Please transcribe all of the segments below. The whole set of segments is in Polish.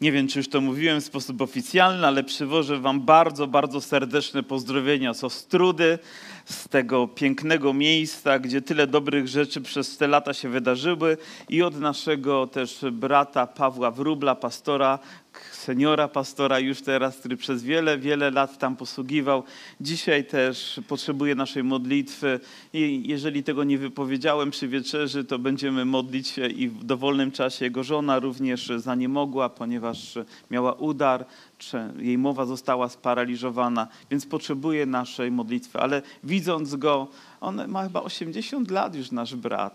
Nie wiem, czy już to mówiłem w sposób oficjalny, ale przywożę wam bardzo, bardzo serdeczne pozdrowienia z Ostródy, z tego pięknego miejsca, gdzie tyle dobrych rzeczy przez te lata się wydarzyły i od naszego też brata Pawła Wróbla, pastora, seniora pastora już teraz, który przez wiele, wiele lat tam posługiwał. Dzisiaj też potrzebuje naszej modlitwy i jeżeli tego nie wypowiedziałem przy wieczerzy, to będziemy modlić się i w dowolnym czasie. Jego żona również zaniemogła, ponieważ miała udar, jej mowa została sparaliżowana, więc potrzebuje naszej modlitwy. Ale widząc go, on ma chyba 80 lat już, nasz brat.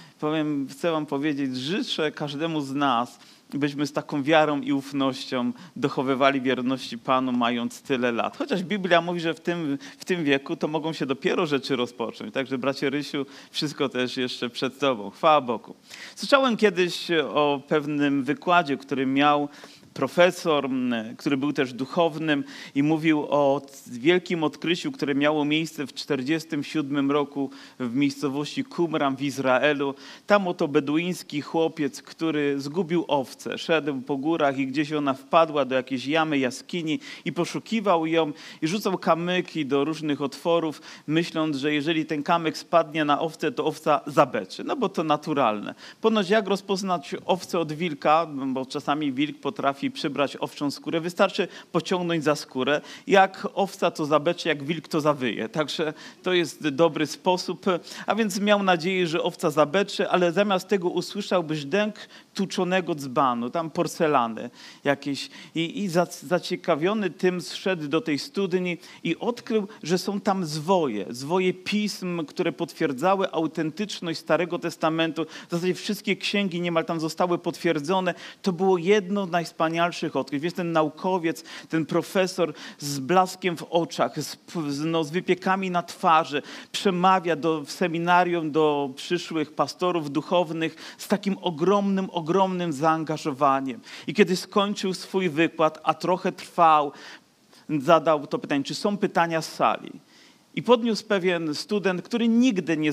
Chcę wam powiedzieć, życzę każdemu z nas, byśmy z taką wiarą i ufnością dochowywali wierności Panu, mając tyle lat. Chociaż Biblia mówi, że w tym wieku to mogą się dopiero rzeczy rozpocząć. Także bracie Rysiu, wszystko też jeszcze przed tobą. Chwała Bogu. Słyszałem kiedyś o pewnym wykładzie, który miał profesor, który był też duchownym i mówił o wielkim odkryciu, które miało miejsce w 1947 roku w miejscowości Qumran w Izraelu. Tam oto beduiński chłopiec, który zgubił owcę, szedł po górach i gdzieś ona wpadła do jakiejś jamy, jaskini i poszukiwał ją i rzucał kamyki do różnych otworów, myśląc, że jeżeli ten kamyk spadnie na owcę, to owca zabeczy, no bo to naturalne. Ponoć jak rozpoznać owcę od wilka, bo czasami wilk potrafi przybrać owczą skórę, wystarczy pociągnąć za skórę. Jak owca to zabeczy, jak wilk to zawyje. Także to jest dobry sposób. A więc miał nadzieję, że owca zabeczy, ale zamiast tego usłyszał brzdęk tłuczonego dzbanu, tam porcelany jakieś. I zaciekawiony tym zszedł do tej studni i odkrył, że są tam zwoje pism, które potwierdzały autentyczność Starego Testamentu. W zasadzie wszystkie księgi niemal tam zostały potwierdzone. To było jedno z najwspanialszych odkryć. Więc ten naukowiec, ten profesor z blaskiem w oczach, z wypiekami na twarzy, przemawia w seminarium do przyszłych pastorów duchownych z takim ogromnym zaangażowaniem. I kiedy skończył swój wykład, a trochę trwał, zadał to pytanie, czy są pytania z sali? I podniósł pewien student, który nigdy nie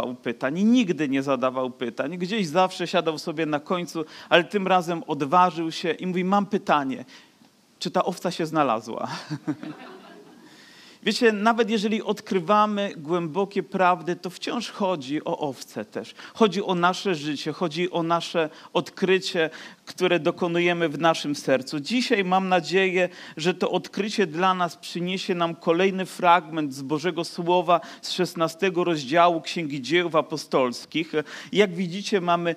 zadawał pytań. Gdzieś zawsze siadał sobie na końcu, ale tym razem odważył się i mówi, mam pytanie, czy ta owca się znalazła? Wiecie, nawet jeżeli odkrywamy głębokie prawdy, to wciąż chodzi o owce też. Chodzi o nasze życie, chodzi o nasze odkrycie, które dokonujemy w naszym sercu. Dzisiaj mam nadzieję, że to odkrycie dla nas przyniesie nam kolejny fragment z Bożego Słowa z 16 rozdziału Księgi Dziejów Apostolskich. Jak widzicie, mamy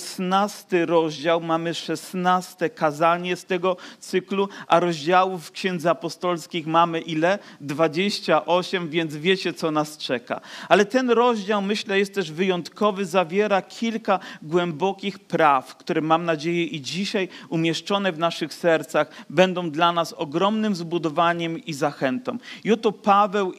16 rozdział, mamy 16 kazanie z tego cyklu, a rozdziałów w Księdze Apostolskich mamy ile? 28, więc wiecie, co nas czeka. Ale ten rozdział, myślę, jest też wyjątkowy, zawiera kilka głębokich praw, które mam nadzieję i dzisiaj umieszczone w naszych sercach będą dla nas ogromnym zbudowaniem i zachętą. I oto Paweł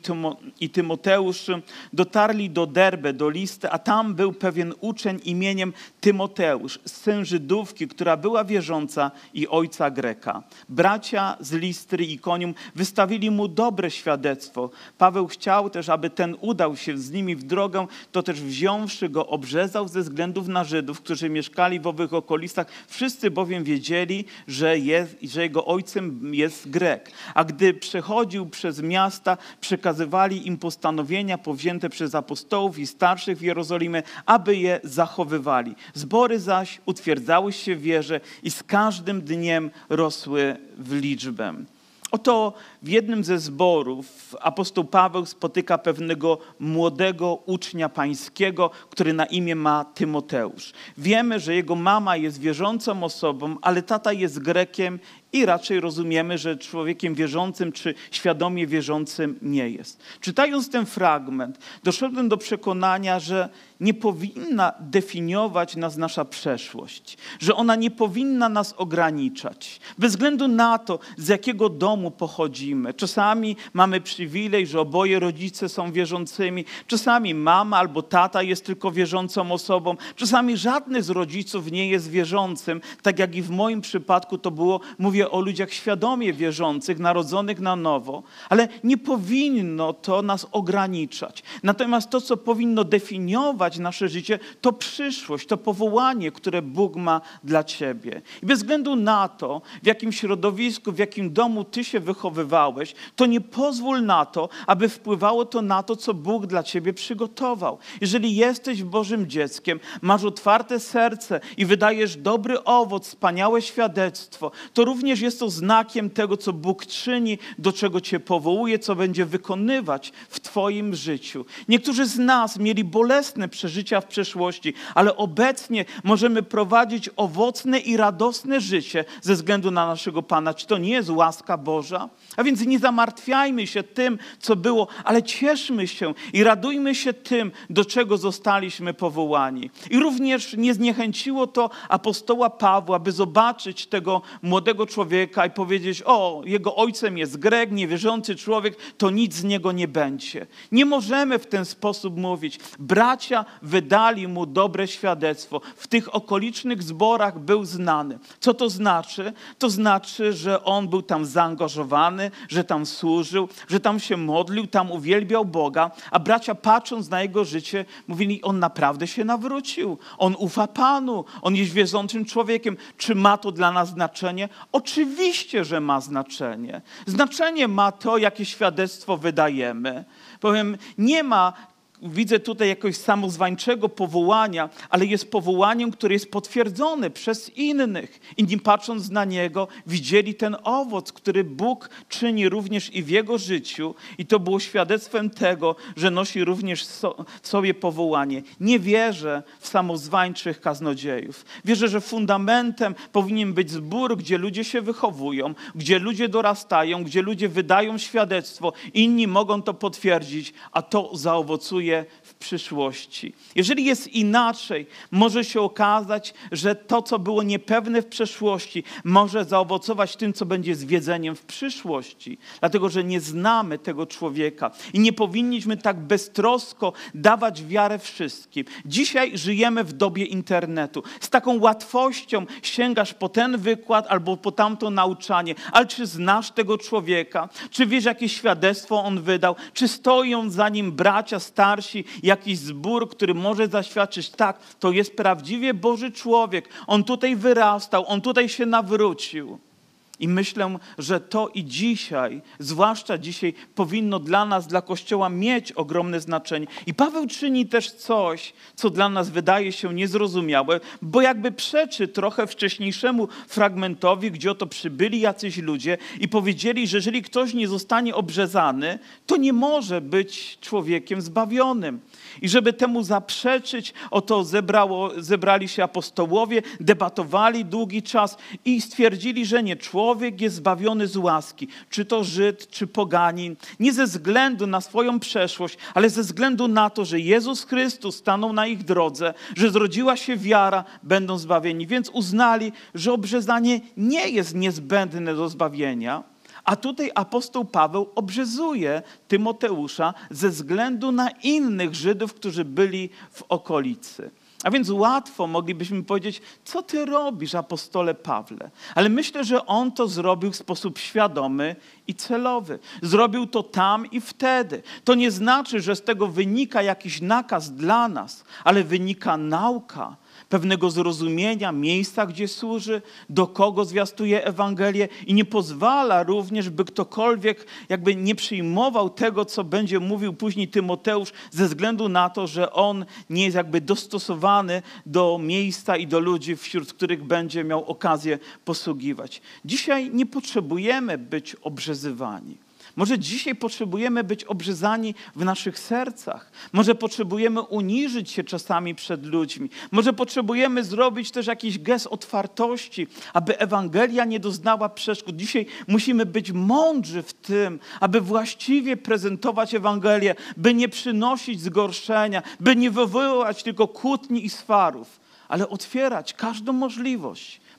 i Tymoteusz dotarli do Derbe, do Listy, a tam był pewien uczeń imieniem Tymoteusz, syn Żydówki, która była wierząca i ojca Greka. Bracia z Listry i Ikonium wystawili mu dobre świadectwo. Paweł chciał też, aby ten udał się z nimi w drogę, to też wziąwszy go obrzezał ze względów na Żydów, którzy mieszkali w owych okolicach. Wszyscy bowiem wiedzieli, że jego ojcem jest Grek. A gdy przechodził przez miasta, przekazywali im postanowienia powzięte przez apostołów i starszych w Jerozolimie, aby je zachowywali. Zbory zaś utwierdzały się w wierze i z każdym dniem rosły w liczbę. Oto w jednym ze zborów apostoł Paweł spotyka pewnego młodego ucznia pańskiego, który na imię ma Tymoteusz. Wiemy, że jego mama jest wierzącą osobą, ale tata jest Grekiem i raczej rozumiemy, że człowiekiem wierzącym czy świadomie wierzącym nie jest. Czytając ten fragment, doszedłem do przekonania, że nie powinna definiować nas nasza przeszłość, że ona nie powinna nas ograniczać. Bez względu na to, z jakiego domu pochodzimy. Czasami mamy przywilej, że oboje rodzice są wierzącymi, czasami mama albo tata jest tylko wierzącą osobą, czasami żadny z rodziców nie jest wierzącym, tak jak i w moim przypadku to było, mówię Mówię o ludziach świadomie wierzących, narodzonych na nowo, ale nie powinno to nas ograniczać. Natomiast to, co powinno definiować nasze życie, to przyszłość, to powołanie, które Bóg ma dla ciebie. I bez względu na to, w jakim środowisku, w jakim domu ty się wychowywałeś, to nie pozwól na to, aby wpływało to na to, co Bóg dla ciebie przygotował. Jeżeli jesteś Bożym dzieckiem, masz otwarte serce i wydajesz dobry owoc, wspaniałe świadectwo, to również jest to znakiem tego, co Bóg czyni, do czego cię powołuje, co będzie wykonywać w twoim życiu. Niektórzy z nas mieli bolesne przeżycia w przeszłości, ale obecnie możemy prowadzić owocne i radosne życie ze względu na naszego Pana. Czy to nie jest łaska Boża? A więc nie zamartwiajmy się tym, co było, ale cieszmy się i radujmy się tym, do czego zostaliśmy powołani. I również nie zniechęciło to apostoła Pawła, by zobaczyć tego młodego człowieka i powiedzieć: o, jego ojcem jest Grek, niewierzący człowiek, to nic z niego nie będzie. Nie możemy w ten sposób mówić. Bracia wydali mu dobre świadectwo. W tych okolicznych zborach był znany. Co to znaczy? To znaczy, że on był tam zaangażowany, że tam służył, że tam się modlił, tam uwielbiał Boga, a bracia, patrząc na jego życie, mówili: on naprawdę się nawrócił, on ufa Panu, on jest wierzącym człowiekiem. Czy ma to dla nas znaczenie? Oczywiście, że ma znaczenie. Znaczenie ma to, jakie świadectwo wydajemy. Powiem, nie ma, widzę tutaj jakiegoś samozwańczego powołania, ale jest powołaniem, które jest potwierdzone przez innych. Inni, patrząc na niego, widzieli ten owoc, który Bóg czyni również i w jego życiu, i to było świadectwem tego, że nosi również w sobie powołanie. Nie wierzę w samozwańczych kaznodziejów. Wierzę, że fundamentem powinien być zbór, gdzie ludzie się wychowują, gdzie ludzie dorastają, gdzie ludzie wydają świadectwo, inni mogą to potwierdzić, a to zaowocuje w przyszłości. Jeżeli jest inaczej, może się okazać, że to, co było niepewne w przeszłości, może zaowocować tym, co będzie zwiedzeniem w przyszłości. Dlatego, że nie znamy tego człowieka i nie powinniśmy tak beztrosko dawać wiarę wszystkim. Dzisiaj żyjemy w dobie internetu. Z taką łatwością sięgasz po ten wykład albo po tamto nauczanie. Ale czy znasz tego człowieka? Czy wiesz, jakie świadectwo on wydał? Czy stoją za nim bracia starsi, jakiś zbór, który może zaświadczyć: tak, to jest prawdziwie Boży człowiek. On tutaj wyrastał, on tutaj się nawrócił. I myślę, że to i dzisiaj, zwłaszcza dzisiaj, powinno dla nas, dla Kościoła mieć ogromne znaczenie. I Paweł czyni też coś, co dla nas wydaje się niezrozumiałe, bo jakby przeczy trochę wcześniejszemu fragmentowi, gdzie oto przybyli jacyś ludzie i powiedzieli, że jeżeli ktoś nie zostanie obrzezany, to nie może być człowiekiem zbawionym. I żeby temu zaprzeczyć, oto zebrali się apostołowie, debatowali długi czas i stwierdzili, że nie, człowiek jest zbawiony z łaski, czy to Żyd, czy poganin, nie ze względu na swoją przeszłość, ale ze względu na to, że Jezus Chrystus stanął na ich drodze, że zrodziła się wiara, będą zbawieni. Więc uznali, że obrzezanie nie jest niezbędne do zbawienia. A tutaj apostoł Paweł obrzezuje Tymoteusza ze względu na innych Żydów, którzy byli w okolicy. A więc łatwo moglibyśmy powiedzieć: co ty robisz, apostole Pawle? Ale myślę, że on to zrobił w sposób świadomy i celowy. Zrobił to tam i wtedy. To nie znaczy, że z tego wynika jakiś nakaz dla nas, ale wynika nauka pewnego zrozumienia miejsca, gdzie służy, do kogo zwiastuje Ewangelię i nie pozwala również, by ktokolwiek jakby nie przyjmował tego, co będzie mówił później Tymoteusz, ze względu na to, że on nie jest jakby dostosowany do miejsca i do ludzi, wśród których będzie miał okazję posługiwać. Dzisiaj nie potrzebujemy być obrzezywani. Może dzisiaj potrzebujemy być obrzezani w naszych sercach. Może potrzebujemy uniżyć się czasami przed ludźmi. Może potrzebujemy zrobić też jakiś gest otwartości, aby Ewangelia nie doznała przeszkód. Dzisiaj musimy być mądrzy w tym, aby właściwie prezentować Ewangelię, by nie przynosić zgorszenia, by nie wywoływać tylko kłótni i swarów, ale otwierać każdą możliwość,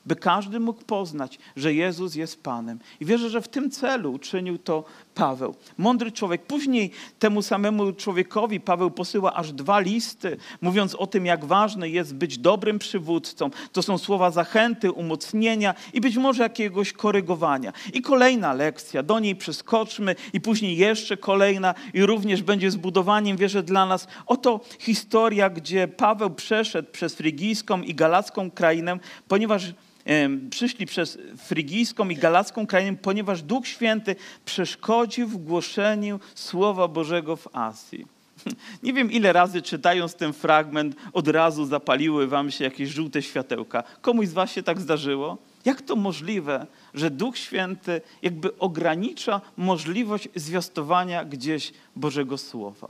by każdy mógł poznać, że Jezus jest Panem. I wierzę, że w tym celu uczynił to Paweł. Mądry człowiek. Później temu samemu człowiekowi Paweł posyła aż 2 listy, mówiąc o tym, jak ważne jest być dobrym przywódcą. To są słowa zachęty, umocnienia i być może jakiegoś korygowania. I kolejna lekcja, do niej przeskoczmy i później jeszcze kolejna i również będzie zbudowaniem, wierzę, dla nas. Oto historia, gdzie Paweł przeszedł przez frygijską i galacką krainę, ponieważ przyszli przez frygijską i galacką krainę, ponieważ Duch Święty przeszkodził w głoszeniu Słowa Bożego w Azji. Nie wiem, ile razy czytając ten fragment od razu zapaliły wam się jakieś żółte światełka. Komuś z was się tak zdarzyło? Jak to możliwe, że Duch Święty jakby ogranicza możliwość zwiastowania gdzieś Bożego Słowa?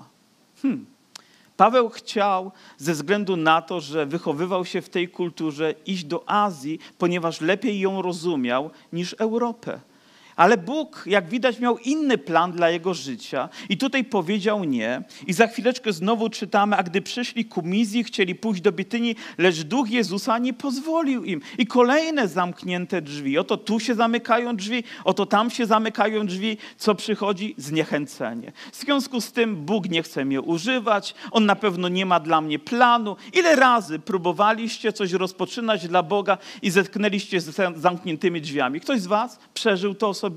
Paweł chciał ze względu na to, że wychowywał się w tej kulturze, iść do Azji, ponieważ lepiej ją rozumiał niż Europę. Ale Bóg, jak widać, miał inny plan dla jego życia i tutaj powiedział nie. I za chwileczkę znowu czytamy, a gdy przyszli ku Mizji, chcieli pójść do Bitynii, lecz Duch Jezusa nie pozwolił im. I kolejne zamknięte drzwi. Oto tu się zamykają drzwi, oto tam się zamykają drzwi. Co przychodzi? Zniechęcenie. W związku z tym Bóg nie chce mnie używać, On na pewno nie ma dla mnie planu. Ile razy próbowaliście coś rozpoczynać dla Boga i zetknęliście z zamkniętymi drzwiami? Ktoś z was przeżył to osobiście?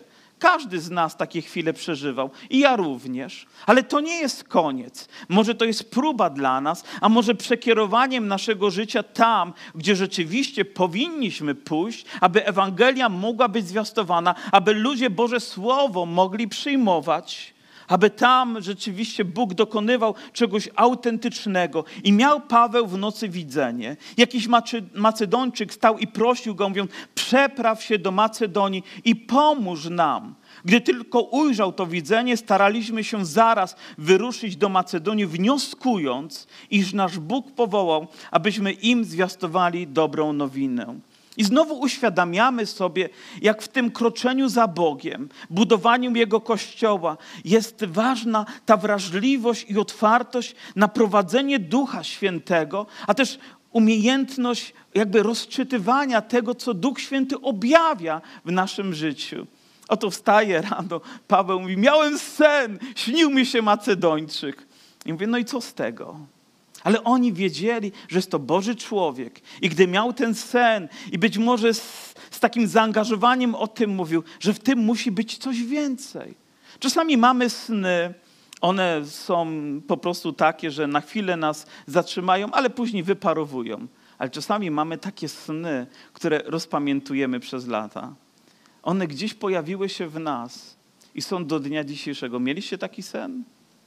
Każdy z nas takie chwile przeżywał i ja również. Ale to nie jest koniec. Może to jest próba dla nas, a może przekierowaniem naszego życia tam, gdzie rzeczywiście powinniśmy pójść, aby Ewangelia mogła być zwiastowana, aby ludzie Boże Słowo mogli przyjmować, aby tam rzeczywiście Bóg dokonywał czegoś autentycznego. I miał Paweł w nocy widzenie. Jakiś Macedończyk stał i prosił go, mówiąc, przepraw się do Macedonii i pomóż nam. Gdy tylko ujrzał to widzenie, staraliśmy się zaraz wyruszyć do Macedonii, wnioskując, iż nasz Bóg powołał, abyśmy im zwiastowali dobrą nowinę. I znowu uświadamiamy sobie, jak w tym kroczeniu za Bogiem, budowaniu Jego Kościoła jest ważna ta wrażliwość i otwartość na prowadzenie Ducha Świętego, a też umiejętność jakby rozczytywania tego, co Duch Święty objawia w naszym życiu. Oto wstaje rano, Paweł mówi, miałem sen, śnił mi się Macedończyk. I mówię, no i co z tego? Ale oni wiedzieli, że jest to Boży człowiek. I gdy miał ten sen i być może z takim zaangażowaniem o tym mówił, że w tym musi być coś więcej. Czasami mamy sny, one są po prostu takie, że na chwilę nas zatrzymają, ale później wyparowują. Ale czasami mamy takie sny, które rozpamiętujemy przez lata. One gdzieś pojawiły się w nas i są do dnia dzisiejszego. Mieliście taki sen?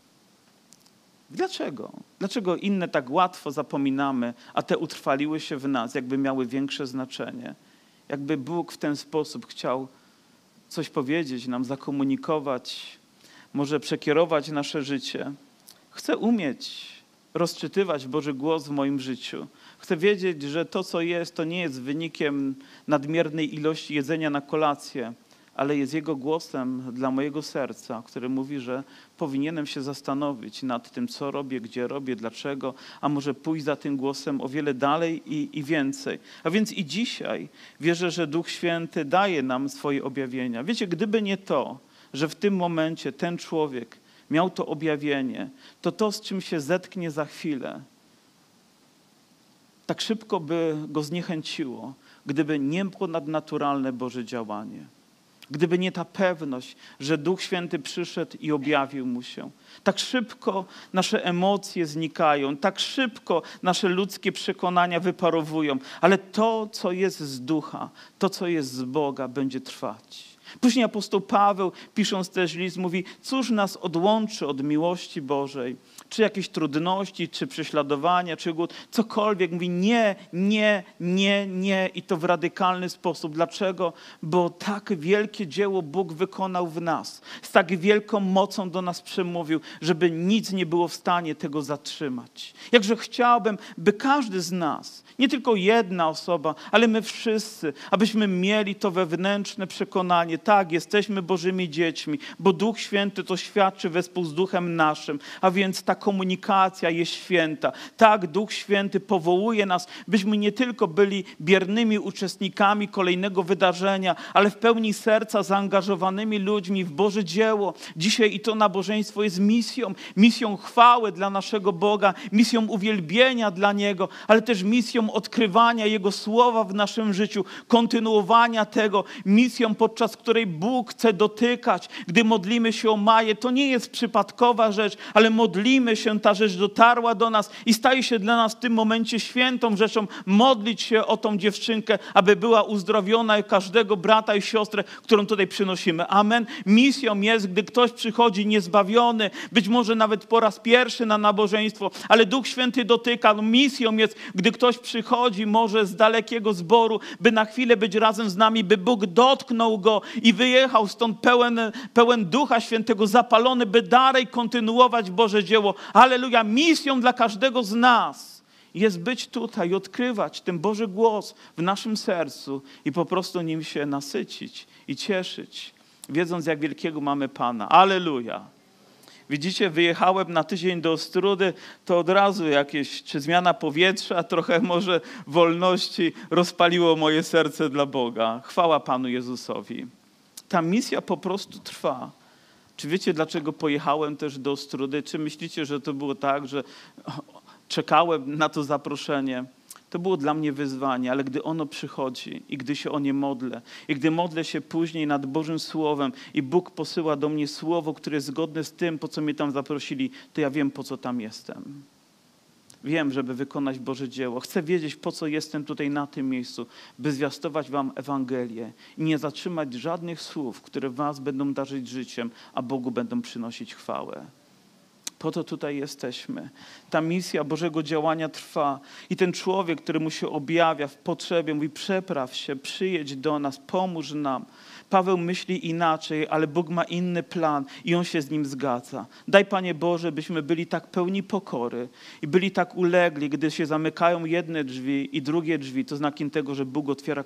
Dlaczego? Dlaczego inne tak łatwo zapominamy, a te utrwaliły się w nas, jakby miały większe znaczenie? Jakby Bóg w ten sposób chciał coś powiedzieć nam, zakomunikować, może przekierować nasze życie. Chcę umieć rozczytywać Boży głos w moim życiu. Chcę wiedzieć, że to, co jest, to nie jest wynikiem nadmiernej ilości jedzenia na kolację, ale jest Jego głosem dla mojego serca, który mówi, że powinienem się zastanowić nad tym, co robię, gdzie robię, dlaczego, a może pójść za tym głosem o wiele dalej i więcej. A więc i dzisiaj wierzę, że Duch Święty daje nam swoje objawienia. Wiecie, gdyby nie to, że w tym momencie ten człowiek miał to objawienie, to z czym się zetknie za chwilę, tak szybko by go zniechęciło, gdyby nie ponadnaturalne Boże działanie. Gdyby nie ta pewność, że Duch Święty przyszedł i objawił mu się. Tak szybko nasze emocje znikają, tak szybko nasze ludzkie przekonania wyparowują, ale to, co jest z Ducha, to, co jest z Boga, będzie trwać. Później apostoł Paweł, pisząc też list, mówi, cóż nas odłączy od miłości Bożej? Czy jakieś trudności, czy prześladowania, czy głód, cokolwiek. Mówi nie, nie, nie, nie i to w radykalny sposób. Dlaczego? Bo tak wielkie dzieło Bóg wykonał w nas. Z tak wielką mocą do nas przemówił, żeby nic nie było w stanie tego zatrzymać. Jakże chciałbym, by każdy z nas, nie tylko jedna osoba, ale my wszyscy, abyśmy mieli to wewnętrzne przekonanie, Panie, tak, jesteśmy Bożymi dziećmi, bo Duch Święty to świadczy wespół z Duchem naszym, a więc ta komunikacja jest święta. Tak, Duch Święty powołuje nas, byśmy nie tylko byli biernymi uczestnikami kolejnego wydarzenia, ale w pełni serca zaangażowanymi ludźmi w Boże dzieło. Dzisiaj i to nabożeństwo jest misją chwały dla naszego Boga, misją uwielbienia dla Niego, ale też misją odkrywania Jego Słowa w naszym życiu, kontynuowania tego, misją, podczas której Bóg chce dotykać. Gdy modlimy się o Maję, to nie jest przypadkowa rzecz, ale modlimy się, ta rzecz dotarła do nas i staje się dla nas w tym momencie świętą rzeczą modlić się o tą dziewczynkę, aby była uzdrowiona, i każdego brata i siostrę, którą tutaj przynosimy. Amen. Misją jest, gdy ktoś przychodzi niezbawiony, być może nawet po raz pierwszy na nabożeństwo, ale Duch Święty dotyka. Misją jest, gdy ktoś przychodzi może z dalekiego zboru, by na chwilę być razem z nami, by Bóg dotknął go i wyjechał stąd pełen Ducha Świętego, zapalony, by dalej kontynuować Boże dzieło. Alleluja. Misją dla każdego z nas jest być tutaj i odkrywać ten Boży głos w naszym sercu i po prostu nim się nasycić i cieszyć, wiedząc, jak wielkiego mamy Pana. Alleluja. Widzicie, wyjechałem na tydzień do Ostródy, to od razu czy zmiana powietrza, trochę może wolności rozpaliło moje serce dla Boga. Chwała Panu Jezusowi. Ta misja po prostu trwa. Czy wiecie, dlaczego pojechałem też do Ostródy? Czy myślicie, że to było tak, że czekałem na to zaproszenie? To było dla mnie wyzwanie, ale gdy ono przychodzi i gdy się o nie modlę i gdy modlę się później nad Bożym Słowem i Bóg posyła do mnie słowo, które jest zgodne z tym, po co mnie tam zaprosili, to ja wiem, po co tam jestem. Wiem, żeby wykonać Boże dzieło. Chcę wiedzieć, po co jestem tutaj na tym miejscu, by zwiastować wam Ewangelię i nie zatrzymać żadnych słów, które was będą darzyć życiem, a Bogu będą przynosić chwałę. Po to tutaj jesteśmy. Ta misja Bożego działania trwa. I ten człowiek, który mu się objawia w potrzebie, mówi: przepraw się, przyjedź do nas, pomóż nam. Paweł myśli inaczej, ale Bóg ma inny plan i on się z nim zgadza. Daj, Panie Boże, byśmy byli tak pełni pokory i byli tak ulegli, gdy się zamykają jedne drzwi i drugie drzwi, to znakiem tego, że Bóg otwiera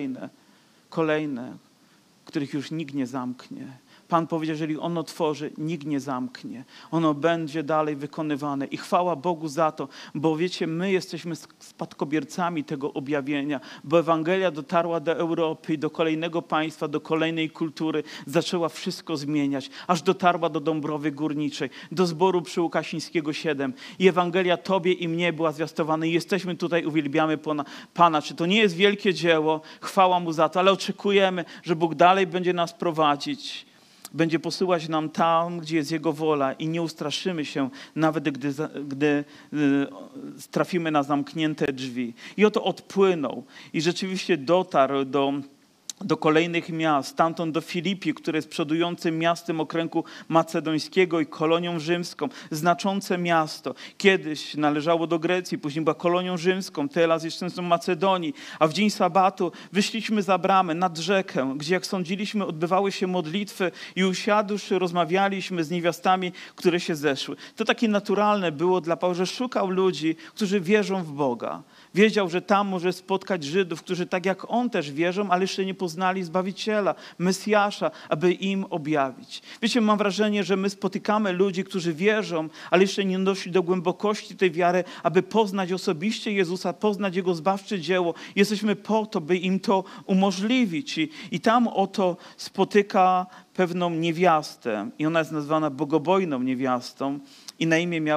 kolejne, których już nikt nie zamknie. Pan powiedział, jeżeli On otworzy, nikt nie zamknie. Ono będzie dalej wykonywane. I chwała Bogu za to, bo wiecie, my jesteśmy spadkobiercami tego objawienia, bo Ewangelia dotarła do Europy i do kolejnego państwa, do kolejnej kultury, zaczęła wszystko zmieniać, aż dotarła do Dąbrowy Górniczej, do zboru przy Łukasińskiego 7. I Ewangelia Tobie i mnie była zwiastowana i jesteśmy tutaj, uwielbiamy Pana. Czy to nie jest wielkie dzieło? Chwała Mu za to, ale oczekujemy, że Bóg dalej będzie nas prowadzić. Będzie posyłać nam tam, gdzie jest Jego wola i nie ustraszymy się, nawet gdy trafimy na zamknięte drzwi. I oto odpłynął i rzeczywiście dotarł do kolejnych miast, stamtąd do Filipii, które jest przodującym miastem okręgu macedońskiego i kolonią rzymską. Znaczące miasto. Kiedyś należało do Grecji, później była kolonią rzymską, teraz jeszcze są Macedonii. A w dzień sabatu wyszliśmy za bramę nad rzekę, gdzie, jak sądziliśmy, odbywały się modlitwy i usiadłszy rozmawialiśmy z niewiastami, które się zeszły. To takie naturalne było dla Pawła, że szukał ludzi, którzy wierzą w Boga. Wiedział, że tam może spotkać Żydów, którzy tak jak on też wierzą, ale jeszcze nie poznali Zbawiciela, Mesjasza, aby im objawić. Wiecie, mam wrażenie, że my spotykamy ludzi, którzy wierzą, ale jeszcze nie doszli do głębokości tej wiary, aby poznać osobiście Jezusa, poznać Jego zbawcze dzieło. Jesteśmy po to, by im to umożliwić. I tam oto spotyka pewną niewiastę i ona jest nazwana bogobojną niewiastą i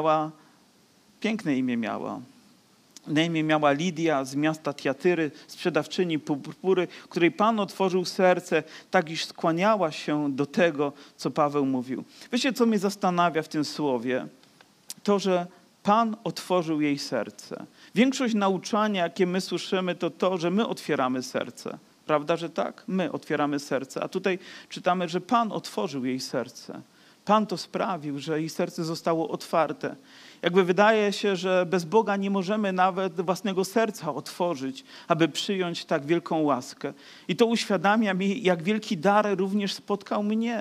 piękne imię miała. Na imię miała Lidia z miasta Tiatyry, sprzedawczyni purpury, której Pan otworzył serce, tak iż skłaniała się do tego, co Paweł mówił. Wiecie, co mnie zastanawia w tym słowie? To, że Pan otworzył jej serce. Większość nauczania, jakie my słyszymy, to, że my otwieramy serce. Prawda, że tak? My otwieramy serce. A tutaj czytamy, że Pan otworzył jej serce. Pan to sprawił, że jej serce zostało otwarte. Jakby wydaje się, że bez Boga nie możemy nawet własnego serca otworzyć, aby przyjąć tak wielką łaskę. I to uświadamia mi, jak wielki dar również spotkał mnie.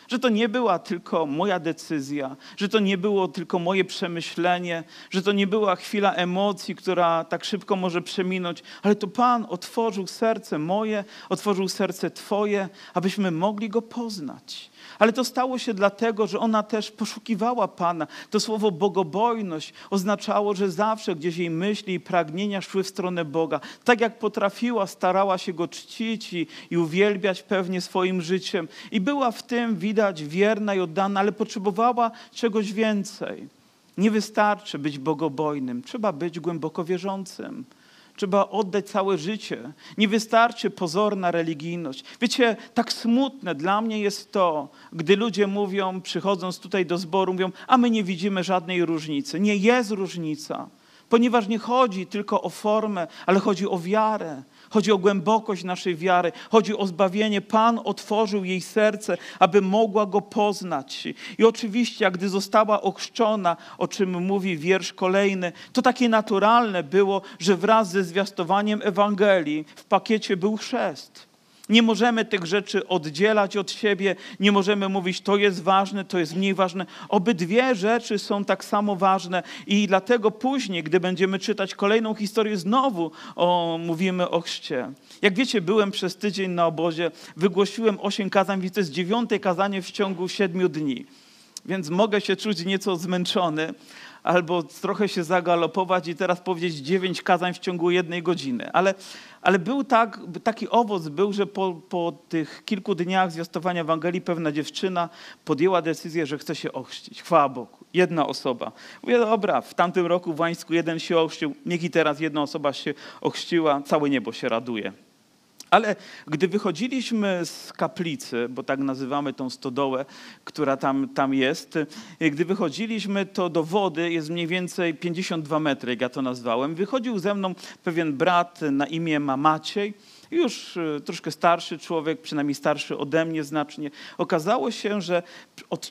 Że to nie była tylko moja decyzja, że to nie było tylko moje przemyślenie, że to nie była chwila emocji, która tak szybko może przeminąć, ale to Pan otworzył serce moje, otworzył serce Twoje, abyśmy mogli Go poznać. Ale to stało się dlatego, że ona też poszukiwała Pana. To słowo bogobojność oznaczało, że zawsze gdzieś jej myśli i pragnienia szły w stronę Boga. Tak jak potrafiła, starała się Go czcić i uwielbiać pewnie swoim życiem. I była w tym, widać, wierna i oddana, ale potrzebowała czegoś więcej. Nie wystarczy być bogobojnym, trzeba być głęboko wierzącym. Trzeba oddać całe życie. Nie wystarczy pozorna religijność. Wiecie, tak smutne dla mnie jest to, gdy ludzie mówią, przychodząc tutaj do zboru, mówią, a my nie widzimy żadnej różnicy. Nie, jest różnica, ponieważ nie chodzi tylko o formę, ale chodzi o wiarę. Chodzi o głębokość naszej wiary. Chodzi o zbawienie. Pan otworzył jej serce, aby mogła Go poznać. I oczywiście, gdy została ochrzczona, o czym mówi wiersz kolejny, to takie naturalne było, że wraz ze zwiastowaniem Ewangelii w pakiecie był chrzest. Nie możemy tych rzeczy oddzielać od siebie, nie możemy mówić, to jest ważne, to jest mniej ważne. Obydwie rzeczy są tak samo ważne i dlatego później, gdy będziemy czytać kolejną historię, znowu mówimy o chrzcie. Jak wiecie, byłem przez tydzień na obozie, wygłosiłem 8 kazań, więc to jest 9. kazanie w ciągu 7 dni. Więc mogę się czuć nieco zmęczony, albo trochę się zagalopować i teraz powiedzieć 9 kazań w ciągu 1 godziny. Ale był taki owoc był, że po tych kilku dniach zwiastowania Ewangelii pewna dziewczyna podjęła decyzję, że chce się ochrzcić. Chwała Bogu. Jedna osoba. Mówię, dobra, w tamtym roku w Łańsku jeden się ochrzcił, niech i teraz jedna osoba się ochrzciła, całe niebo się raduje. Ale gdy wychodziliśmy z kaplicy, bo tak nazywamy tą stodołę, która tam jest, gdy wychodziliśmy, to do wody jest mniej więcej 52 metry, jak ja to nazwałem. Wychodził ze mną pewien brat na imię ma Maciej, już troszkę starszy człowiek, przynajmniej starszy ode mnie znacznie. Okazało się, że od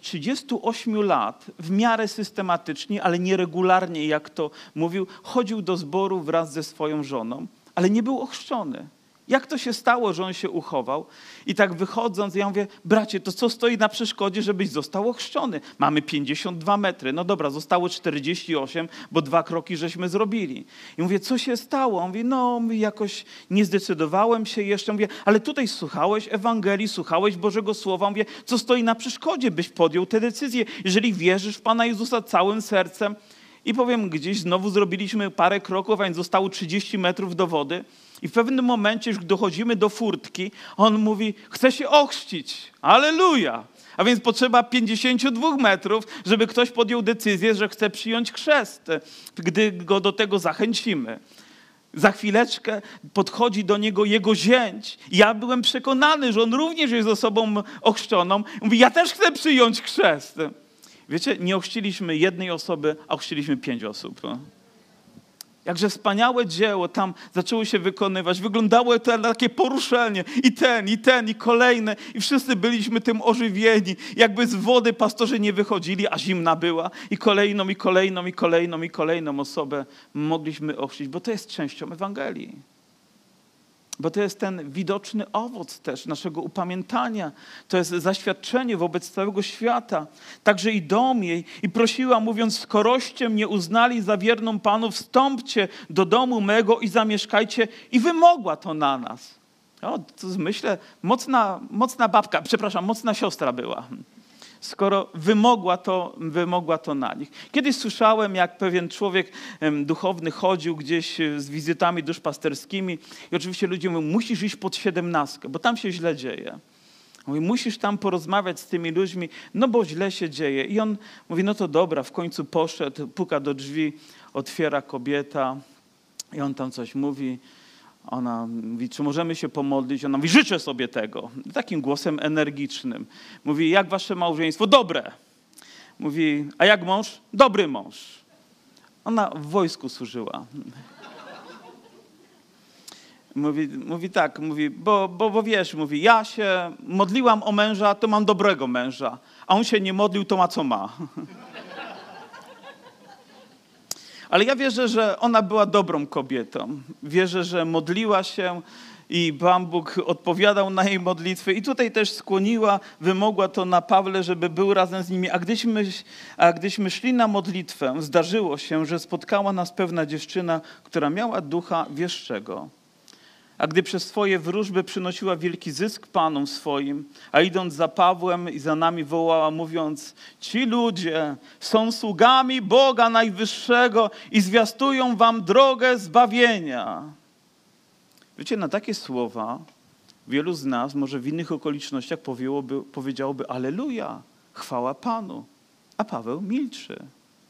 38 lat w miarę systematycznie, ale nieregularnie, jak to mówił, chodził do zboru wraz ze swoją żoną, ale nie był ochrzczony. Jak to się stało, że on się uchował? I tak wychodząc, ja mówię, bracie, to co stoi na przeszkodzie, żebyś został ochrzczony? Mamy 52 metry. No dobra, zostało 48, bo 2 kroki żeśmy zrobili. I mówię, co się stało? On mówi, no jakoś nie zdecydowałem się jeszcze. Mówię, ale tutaj słuchałeś Ewangelii, słuchałeś Bożego Słowa. Mówię, co stoi na przeszkodzie, byś podjął tę decyzję, jeżeli wierzysz w Pana Jezusa całym sercem. I powiem, gdzieś znowu zrobiliśmy parę kroków, a więc zostało 30 metrów do wody. I w pewnym momencie już dochodzimy do furtki, on mówi, chce się ochrzcić. Alleluja! A więc potrzeba 52 metrów, żeby ktoś podjął decyzję, że chce przyjąć chrzest, gdy go do tego zachęcimy. Za chwileczkę podchodzi do niego jego zięć. Ja byłem przekonany, że on również jest osobą ochrzczoną. Mówi, ja też chcę przyjąć chrzest. Wiecie, nie ochrzciliśmy jednej osoby, a ochrzciliśmy 5 osób. Jakże wspaniałe dzieło tam zaczęło się wykonywać. Wyglądało to takie poruszenie. I kolejne. I wszyscy byliśmy tym ożywieni. Jakby z wody pastorzy nie wychodzili, a zimna była. I kolejną osobę mogliśmy ochrzcić, bo to jest częścią Ewangelii. Bo to jest ten widoczny owoc też naszego upamiętania. To jest zaświadczenie wobec całego świata. Także i dom jej. I prosiła, mówiąc, skoroście mnie uznali za wierną Panu, wstąpcie do domu mego i zamieszkajcie. I wymogła to na nas. O, to myślę, mocna siostra była. Skoro wymogła to na nich. Kiedyś słyszałem, jak pewien człowiek duchowny chodził gdzieś z wizytami duszpasterskimi i oczywiście ludzie mówią, musisz iść pod 17, bo tam się źle dzieje. Mówi, musisz tam porozmawiać z tymi ludźmi, no bo źle się dzieje. I on mówi, no to dobra, w końcu poszedł, puka do drzwi, otwiera kobieta i on tam coś mówi. Ona mówi, czy możemy się pomodlić? Ona mówi, życzę sobie tego. Takim głosem energicznym. Mówi, jak wasze małżeństwo? Dobre. Mówi, a jak mąż? Dobry mąż. Ona w wojsku służyła. Mówi tak, bo wiesz, mówi, ja się modliłam o męża, to mam dobrego męża. A on się nie modlił, to ma co ma. Ale ja wierzę, że ona była dobrą kobietą. Wierzę, że modliła się i Pan Bóg odpowiadał na jej modlitwy i tutaj też skłoniła, wymogła to na Pawle, żeby był razem z nimi. A gdyśmy szli na modlitwę, zdarzyło się, że spotkała nas pewna dziewczyna, która miała ducha wieszczego. A gdy przez swoje wróżby przynosiła wielki zysk panom swoim, a idąc za Pawłem i za nami wołała, mówiąc: ci ludzie są sługami Boga Najwyższego i zwiastują wam drogę zbawienia. Wiecie, na takie słowa wielu z nas może w innych okolicznościach powiedziałoby: Alleluja, chwała Panu, a Paweł milczy.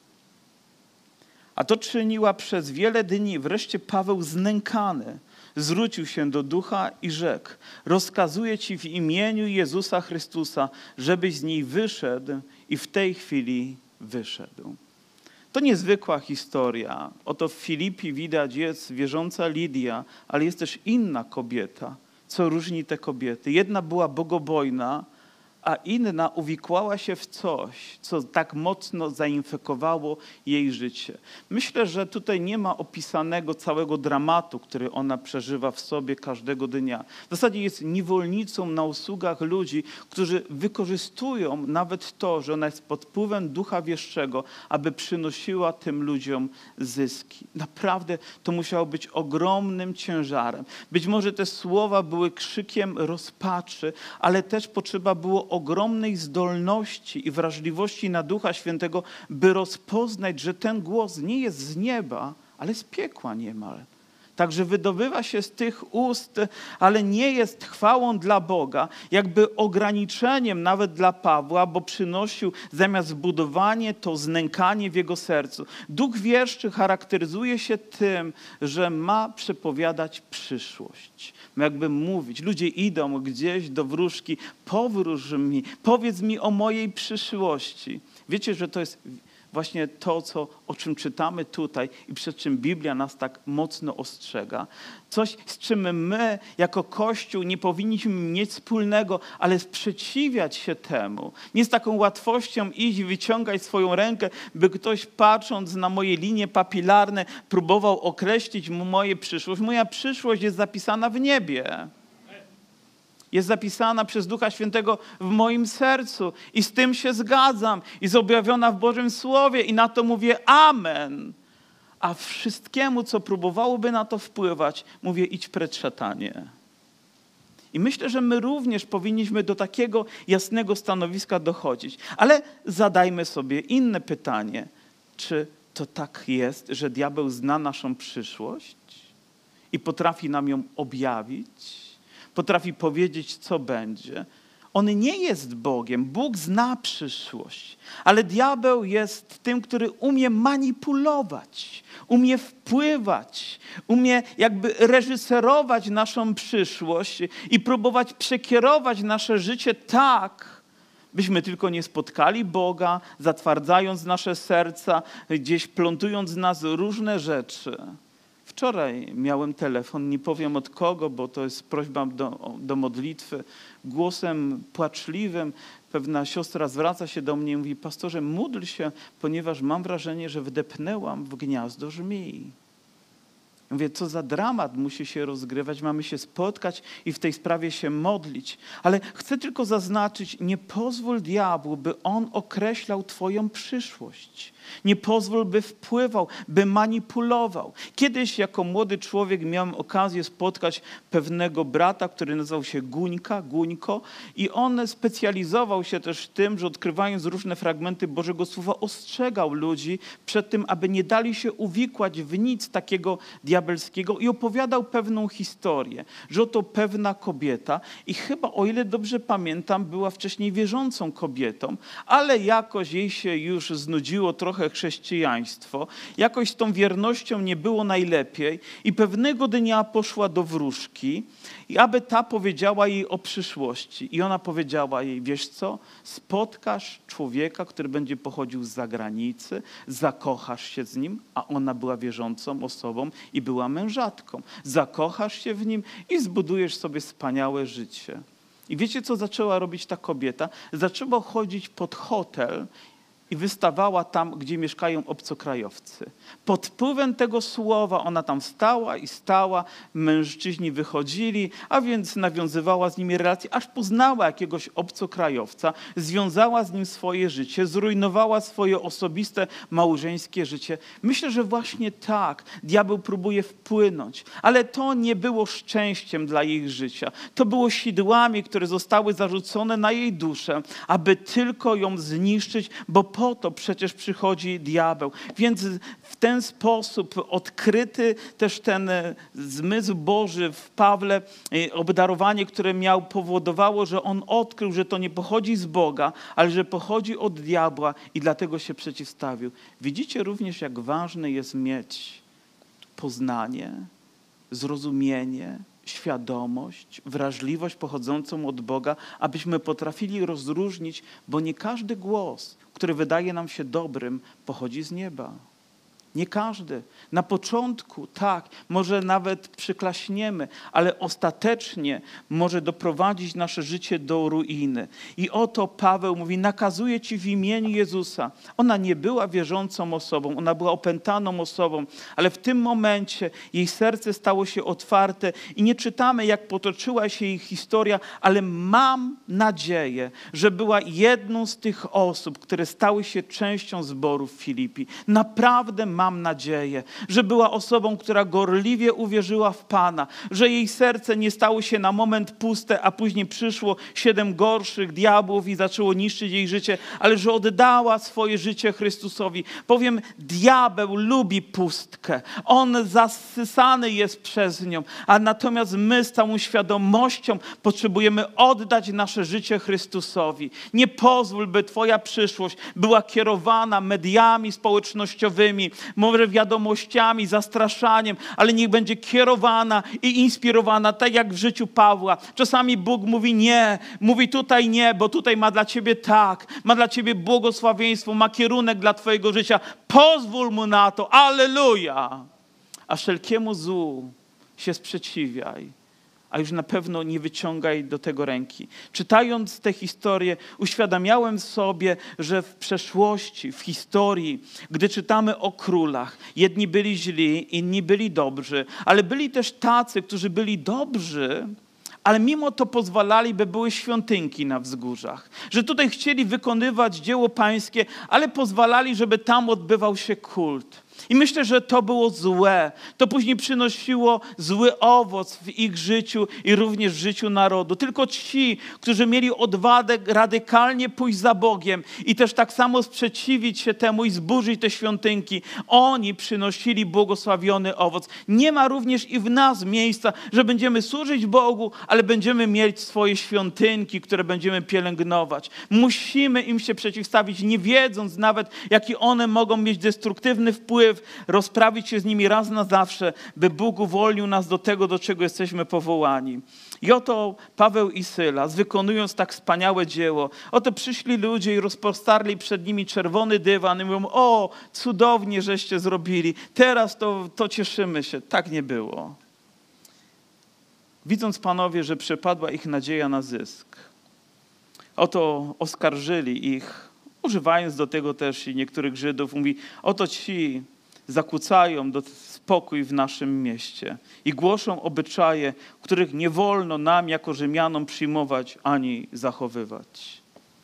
A to czyniła przez wiele dni. Wreszcie Paweł znękany zwrócił się do ducha i rzekł: rozkazuję ci w imieniu Jezusa Chrystusa, żebyś z niej wyszedł, i w tej chwili wyszedł. To niezwykła historia. Oto w Filipi widać, jest wierząca Lidia, ale jest też inna kobieta. Co różni te kobiety? Jedna była bogobojna, a inna uwikłała się w coś, co tak mocno zainfekowało jej życie. Myślę, że tutaj nie ma opisanego całego dramatu, który ona przeżywa w sobie każdego dnia. W zasadzie jest niewolnicą na usługach ludzi, którzy wykorzystują nawet to, że ona jest pod wpływem ducha wieszczego, aby przynosiła tym ludziom zyski. Naprawdę to musiało być ogromnym ciężarem. Być może te słowa były krzykiem rozpaczy, ale też potrzeba było ogromnej zdolności i wrażliwości na Ducha Świętego, by rozpoznać, że ten głos nie jest z nieba, ale z piekła niemal. Także wydobywa się z tych ust, ale nie jest chwałą dla Boga, jakby ograniczeniem nawet dla Pawła, bo przynosił zamiast zbudowanie to znękanie w jego sercu. Duch wieszczy charakteryzuje się tym, że ma przepowiadać przyszłość. Ma jakby mówić. Ludzie idą gdzieś do wróżki: powróż mi, powiedz mi o mojej przyszłości. Wiecie, że to jest właśnie to, o czym czytamy tutaj i przed czym Biblia nas tak mocno ostrzega. Coś, z czym my jako Kościół nie powinniśmy mieć wspólnego, ale sprzeciwiać się temu. Nie z taką łatwością iść i wyciągać swoją rękę, by ktoś, patrząc na moje linie papilarne, próbował określić moją przyszłość. Moja przyszłość jest zapisana w niebie. Jest zapisana przez Ducha Świętego w moim sercu i z tym się zgadzam i jest objawiona w Bożym Słowie i na to mówię amen. A wszystkiemu, co próbowałoby na to wpływać, mówię: idź precz, szatanie. I myślę, że my również powinniśmy do takiego jasnego stanowiska dochodzić. Ale zadajmy sobie inne pytanie. Czy to tak jest, że diabeł zna naszą przyszłość i potrafi nam ją objawić? Potrafi powiedzieć, co będzie. On nie jest Bogiem. Bóg zna przyszłość. Ale diabeł jest tym, który umie manipulować, umie wpływać, umie jakby reżyserować naszą przyszłość i próbować przekierować nasze życie tak, byśmy tylko nie spotkali Boga, zatwardzając nasze serca, gdzieś plątując w nas różne rzeczy. Wczoraj miałem telefon, nie powiem od kogo, bo to jest prośba do modlitwy. Głosem płaczliwym pewna siostra zwraca się do mnie i mówi: pastorze, módl się, ponieważ mam wrażenie, że wdepnęłam w gniazdo żmii. Mówię: co za dramat musi się rozgrywać, mamy się spotkać i w tej sprawie się modlić. Ale chcę tylko zaznaczyć, nie pozwól diabłu, by on określał twoją przyszłość. Nie pozwól, by wpływał, by manipulował. Kiedyś jako młody człowiek miałem okazję spotkać pewnego brata, który nazywał się Guńko, i on specjalizował się też w tym, że odkrywając różne fragmenty Bożego Słowa, ostrzegał ludzi przed tym, aby nie dali się uwikłać w nic takiego diabelskiego, i opowiadał pewną historię, że oto pewna kobieta, i chyba, o ile dobrze pamiętam, była wcześniej wierzącą kobietą, ale jakoś jej się już znudziło trochę chrześcijaństwo, jakoś z tą wiernością nie było najlepiej i pewnego dnia poszła do wróżki, i aby ta powiedziała jej o przyszłości. I ona powiedziała jej: wiesz co, spotkasz człowieka, który będzie pochodził z zagranicy, zakochasz się z nim, a ona była wierzącą osobą i była mężatką. Zakochasz się w nim i zbudujesz sobie wspaniałe życie. I wiecie, co zaczęła robić ta kobieta? Zaczęła chodzić pod hotel i wystawała tam, gdzie mieszkają obcokrajowcy. Pod wpływem tego słowa ona tam stała i stała, mężczyźni wychodzili, a więc nawiązywała z nimi relacje, aż poznała jakiegoś obcokrajowca, związała z nim swoje życie, zrujnowała swoje osobiste, małżeńskie życie. Myślę, że właśnie tak diabeł próbuje wpłynąć, ale to nie było szczęściem dla jej życia. To było sidłami, które zostały zarzucone na jej duszę, aby tylko ją zniszczyć, bo po to przecież przychodzi diabeł. Więc w ten sposób odkryty też ten zmysł Boży w Pawle, obdarowanie, które miał, powodowało, że on odkrył, że to nie pochodzi z Boga, ale że pochodzi od diabła i dlatego się przeciwstawił. Widzicie również, jak ważne jest mieć poznanie, zrozumienie, świadomość, wrażliwość pochodzącą od Boga, abyśmy potrafili rozróżnić, bo nie każdy głos, który wydaje nam się dobrym, pochodzi z nieba. Nie każdy. Na początku, tak, może nawet przyklaśniemy, ale ostatecznie może doprowadzić nasze życie do ruiny. I oto Paweł mówi, nakazuję ci w imieniu Jezusa. Ona nie była wierzącą osobą, ona była opętaną osobą, ale w tym momencie jej serce stało się otwarte i nie czytamy, jak potoczyła się jej historia, ale mam nadzieję, że była jedną z tych osób, które stały się częścią zboru w Filipi. Naprawdę mam nadzieję, że była osobą, która gorliwie uwierzyła w Pana, że jej serce nie stało się na moment puste, a później przyszło 7 gorszych diabłów i zaczęło niszczyć jej życie, ale że oddała swoje życie Chrystusowi. Powiem, diabeł lubi pustkę. On zasysany jest przez nią, a natomiast my z całą świadomością potrzebujemy oddać nasze życie Chrystusowi. Nie pozwól, by twoja przyszłość była kierowana mediami społecznościowymi, może wiadomościami, zastraszaniem, ale niech będzie kierowana i inspirowana, tak jak w życiu Pawła. Czasami Bóg mówi nie, mówi tutaj nie, bo tutaj ma dla ciebie tak, ma dla ciebie błogosławieństwo, ma kierunek dla twojego życia. Pozwól mu na to, alleluja! A wszelkiemu złu się sprzeciwiaj. A już na pewno nie wyciągaj do tego ręki. Czytając tę historię, uświadamiałem sobie, że w przeszłości, w historii, gdy czytamy o królach, jedni byli źli, inni byli dobrzy, ale byli też tacy, którzy byli dobrzy, ale mimo to pozwalali, by były świątynki na wzgórzach. Że tutaj chcieli wykonywać dzieło pańskie, ale pozwalali, żeby tam odbywał się kult. I myślę, że to było złe. To później przynosiło zły owoc w ich życiu i również w życiu narodu. Tylko ci, którzy mieli odwagę radykalnie pójść za Bogiem i też tak samo sprzeciwić się temu i zburzyć te świątynki, oni przynosili błogosławiony owoc. Nie ma również i w nas miejsca, że będziemy służyć Bogu, ale będziemy mieć swoje świątynki, które będziemy pielęgnować. Musimy im się przeciwstawić, nie wiedząc nawet, jaki one mogą mieć destruktywny wpływ, rozprawić się z nimi raz na zawsze, by Bóg uwolnił nas do tego, do czego jesteśmy powołani. I oto Paweł i Sylas, wykonując tak wspaniałe dzieło, oto przyszli ludzie i rozpostarli przed nimi czerwony dywan i mówią, o, cudownie żeście zrobili, teraz to cieszymy się. Tak nie było. Widząc panowie, że przepadła ich nadzieja na zysk, oto oskarżyli ich, używając do tego też i niektórych Żydów, mówi, oto ci zakłócają spokój w naszym mieście i głoszą obyczaje, których nie wolno nam jako Rzymianom przyjmować ani zachowywać.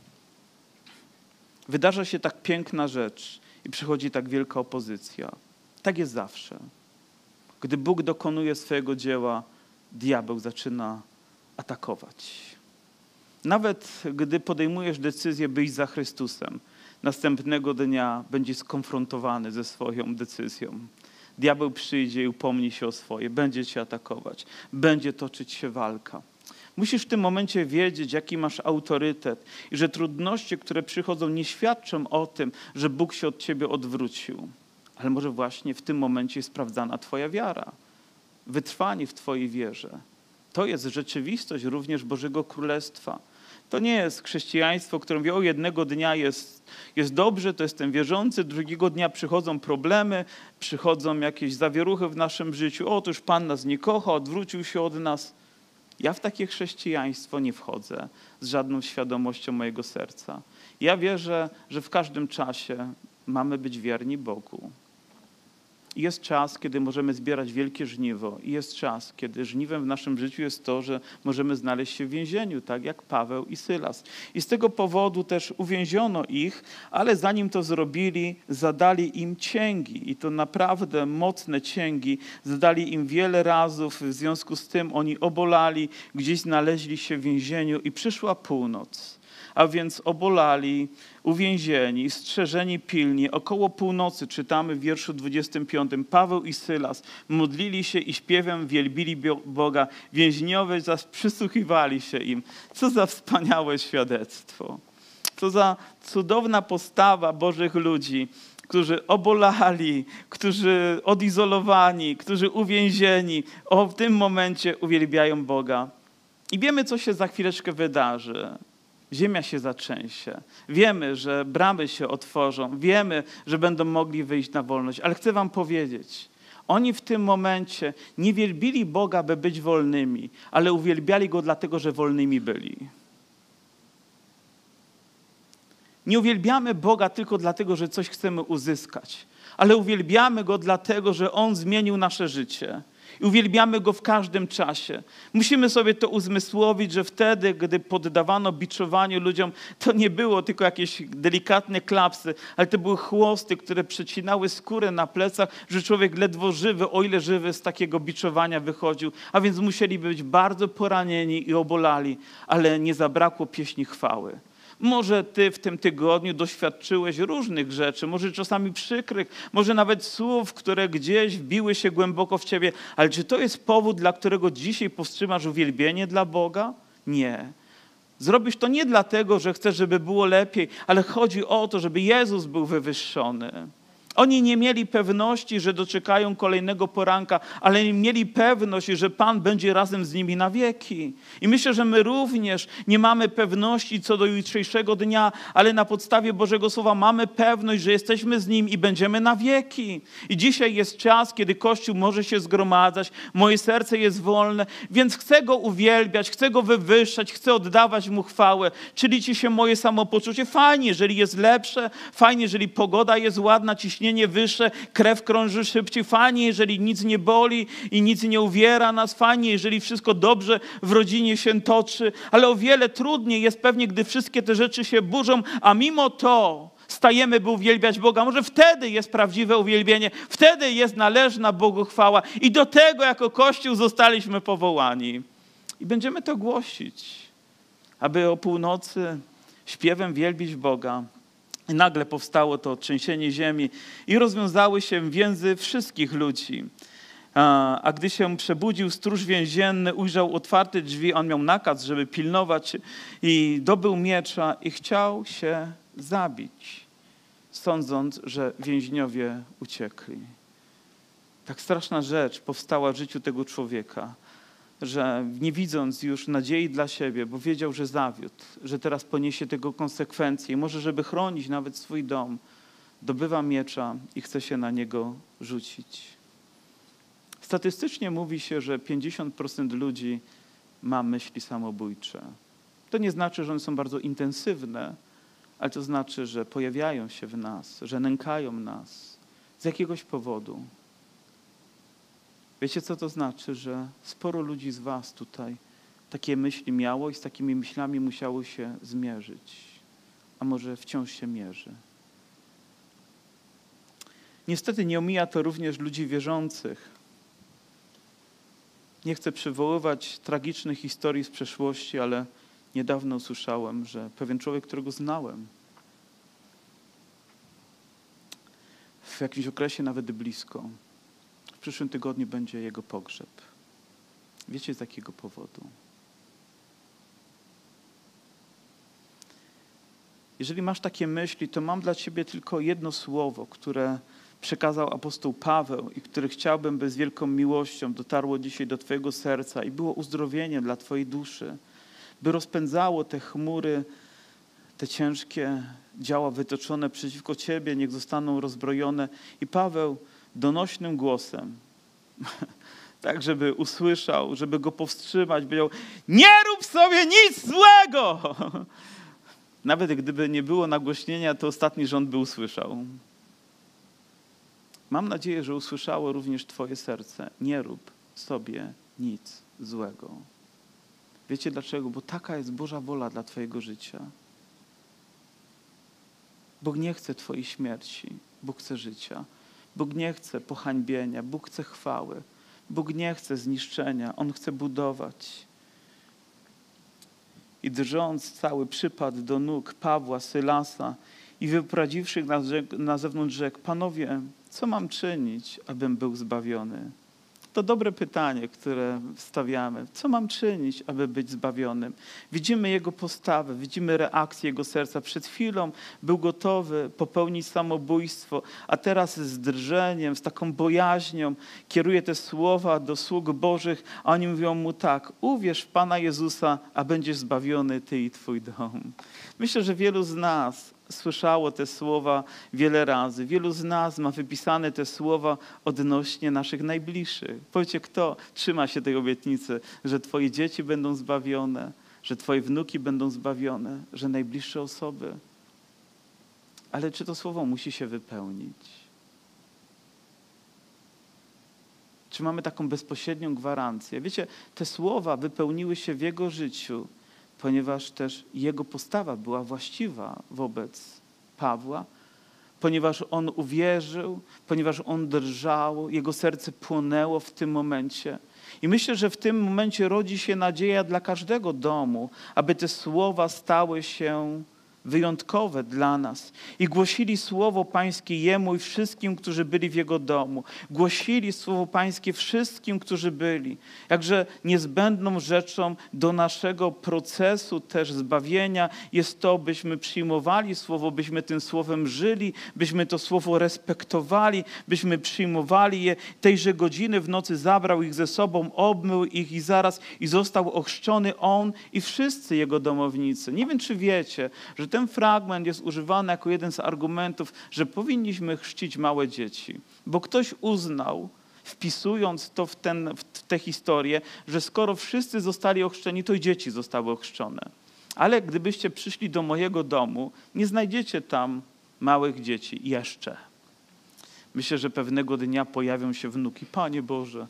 Wydarza się tak piękna rzecz i przychodzi tak wielka opozycja. Tak jest zawsze. Gdy Bóg dokonuje swojego dzieła, diabeł zaczyna atakować. Nawet gdy podejmujesz decyzję, by iść za Chrystusem, następnego dnia będzie skonfrontowany ze swoją decyzją. Diabeł przyjdzie i upomni się o swoje, będzie cię atakować, będzie toczyć się walka. Musisz w tym momencie wiedzieć, jaki masz autorytet i że trudności, które przychodzą, nie świadczą o tym, że Bóg się od ciebie odwrócił. Ale może właśnie w tym momencie jest sprawdzana twoja wiara, wytrwanie w twojej wierze. To jest rzeczywistość również Bożego Królestwa. To nie jest chrześcijaństwo, które mówi, o jednego dnia jest dobrze, to jestem wierzący, drugiego dnia przychodzą problemy, przychodzą jakieś zawieruchy w naszym życiu. Otóż Pan nas nie kocha, odwrócił się od nas. Ja w takie chrześcijaństwo nie wchodzę z żadną świadomością mojego serca. Ja wierzę, że w każdym czasie mamy być wierni Bogu. Jest czas, kiedy możemy zbierać wielkie żniwo i jest czas, kiedy żniwem w naszym życiu jest to, że możemy znaleźć się w więzieniu, tak jak Paweł i Sylas. I z tego powodu też uwięziono ich, ale zanim to zrobili, zadali im cięgi i to naprawdę mocne cięgi. Zadali im wiele razów, w związku z tym oni obolali, gdzieś znaleźli się w więzieniu i przyszła północ. A więc obolali, uwięzieni, strzeżeni pilnie. Około północy czytamy w wierszu 25. Paweł i Sylas modlili się i śpiewem wielbili Boga. Więźniowie zaś przysłuchiwali się im. Co za wspaniałe świadectwo. Co za cudowna postawa Bożych ludzi, którzy obolali, którzy odizolowani, którzy uwięzieni. W tym momencie uwielbiają Boga. I wiemy, co się za chwileczkę wydarzy. Ziemia się zatrzęsie. Wiemy, że bramy się otworzą. Wiemy, że będą mogli wyjść na wolność. Ale chcę wam powiedzieć, oni w tym momencie nie wielbili Boga, by być wolnymi, ale uwielbiali Go dlatego, że wolnymi byli. Nie uwielbiamy Boga tylko dlatego, że coś chcemy uzyskać, ale uwielbiamy Go dlatego, że On zmienił nasze życie. I uwielbiamy Go w każdym czasie. Musimy sobie to uzmysłowić, że wtedy, gdy poddawano biczowaniu ludziom, to nie było tylko jakieś delikatne klapsy, ale to były chłosty, które przecinały skórę na plecach, że człowiek ledwo żywy, o ile żywy, z takiego biczowania wychodził. A więc musieli być bardzo poranieni i obolali, ale nie zabrakło pieśni chwały. Może ty w tym tygodniu doświadczyłeś różnych rzeczy, może czasami przykrych, może nawet słów, które gdzieś wbiły się głęboko w ciebie, ale czy to jest powód, dla którego dzisiaj powstrzymasz uwielbienie dla Boga? Nie. Zrobisz to nie dlatego, że chcesz, żeby było lepiej, ale chodzi o to, żeby Jezus był wywyższony. Oni nie mieli pewności, że doczekają kolejnego poranka, ale mieli pewność, że Pan będzie razem z nimi na wieki. I myślę, że my również nie mamy pewności co do jutrzejszego dnia, ale na podstawie Bożego Słowa mamy pewność, że jesteśmy z Nim i będziemy na wieki. I dzisiaj jest czas, kiedy Kościół może się zgromadzać, moje serce jest wolne, więc chcę Go uwielbiać, chcę Go wywyższać, chcę oddawać Mu chwałę. Czy liczy się moje samopoczucie? Fajnie, jeżeli jest lepsze, fajnie, jeżeli pogoda jest ładna, ciśnienie wyższe, krew krąży szybciej. Fajnie, jeżeli nic nie boli i nic nie uwiera nas. Fajnie, jeżeli wszystko dobrze w rodzinie się toczy. Ale o wiele trudniej jest pewnie, gdy wszystkie te rzeczy się burzą, a mimo to stajemy, by uwielbiać Boga. Może wtedy jest prawdziwe uwielbienie, wtedy jest należna Bogu chwała. I do tego jako Kościół zostaliśmy powołani. I będziemy to głosić, aby o północy śpiewem wielbić Boga. I nagle powstało to trzęsienie ziemi i rozwiązały się więzy wszystkich ludzi. A gdy się przebudził stróż więzienny, ujrzał otwarte drzwi, on miał nakaz, żeby pilnować i dobył miecza i chciał się zabić, sądząc, że więźniowie uciekli. Tak straszna rzecz powstała w życiu tego człowieka, że nie widząc już nadziei dla siebie, bo wiedział, że zawiódł, że teraz poniesie tego konsekwencje i może, żeby chronić nawet swój dom, dobywa miecza i chce się na niego rzucić. Statystycznie mówi się, że 50% ludzi ma myśli samobójcze. To nie znaczy, że one są bardzo intensywne, ale to znaczy, że pojawiają się w nas, że nękają nas z jakiegoś powodu. Wiecie, co to znaczy? Że sporo ludzi z was tutaj takie myśli miało i z takimi myślami musiało się zmierzyć. A może wciąż się mierzy. Niestety nie omija to również ludzi wierzących. Nie chcę przywoływać tragicznych historii z przeszłości, ale niedawno usłyszałem, że pewien człowiek, którego znałem, w jakimś okresie nawet blisko, w przyszłym tygodniu będzie jego pogrzeb. Wiecie, z jakiego powodu? Jeżeli masz takie myśli, to mam dla ciebie tylko jedno słowo, które przekazał apostoł Paweł i które chciałbym, by z wielką miłością dotarło dzisiaj do twojego serca i było uzdrowieniem dla twojej duszy, by rozpędzało te chmury, te ciężkie działa wytoczone przeciwko ciebie, niech zostaną rozbrojone. I Paweł donośnym głosem, tak żeby usłyszał, żeby go powstrzymać, powiedział: nie rób sobie nic złego! Nawet gdyby nie było nagłośnienia, to ostatni rząd by usłyszał. Mam nadzieję, że usłyszało również twoje serce. Nie rób sobie nic złego. Wiecie dlaczego? Bo taka jest Boża wola dla twojego życia. Bóg nie chce twojej śmierci. Bóg chce życia. Bóg nie chce pohańbienia. Bóg chce chwały. Bóg nie chce zniszczenia. On chce budować. I drżąc cały przypadł do nóg Pawła, Sylasa i wyprowadziwszy ich na zewnątrz rzekł: panowie, co mam czynić, abym był zbawiony? To dobre pytanie, które stawiamy. Co mam czynić, aby być zbawionym? Widzimy jego postawę, widzimy reakcję jego serca. Przed chwilą był gotowy popełnić samobójstwo, a teraz z drżeniem, z taką bojaźnią kieruje te słowa do sług Bożych, a oni mówią mu tak: uwierz w Pana Jezusa, a będziesz zbawiony ty i twój dom. Myślę, że wielu z nas słyszało te słowa wiele razy. Wielu z nas ma wypisane te słowa odnośnie naszych najbliższych. Powiedzcie, kto trzyma się tej obietnicy, że twoje dzieci będą zbawione, że twoje wnuki będą zbawione, że najbliższe osoby. Ale czy to słowo musi się wypełnić? Czy mamy taką bezpośrednią gwarancję? Wiecie, te słowa wypełniły się w jego życiu, ponieważ też jego postawa była właściwa wobec Pawła, ponieważ on uwierzył, ponieważ on drżał, jego serce płonęło w tym momencie. I myślę, że w tym momencie rodzi się nadzieja dla każdego domu, aby te słowa stały się wyjątkowe dla nas. I głosili słowo Pańskie jemu i wszystkim, którzy byli w jego domu. Głosili słowo Pańskie wszystkim, którzy byli. Jakże niezbędną rzeczą do naszego procesu też zbawienia jest to, byśmy przyjmowali słowo, byśmy tym słowem żyli, byśmy to słowo respektowali, byśmy przyjmowali je. Tejże godziny w nocy zabrał ich ze sobą, obmył ich i zaraz i został ochrzczony on i wszyscy jego domownicy. Nie wiem, czy wiecie, że ten fragment jest używany jako jeden z argumentów, że powinniśmy chrzcić małe dzieci. Bo ktoś uznał, wpisując to w tę historię, że skoro wszyscy zostali ochrzczeni, to i dzieci zostały ochrzczone. Ale gdybyście przyszli do mojego domu, nie znajdziecie tam małych dzieci jeszcze. Myślę, że pewnego dnia pojawią się wnuki. Panie Boże,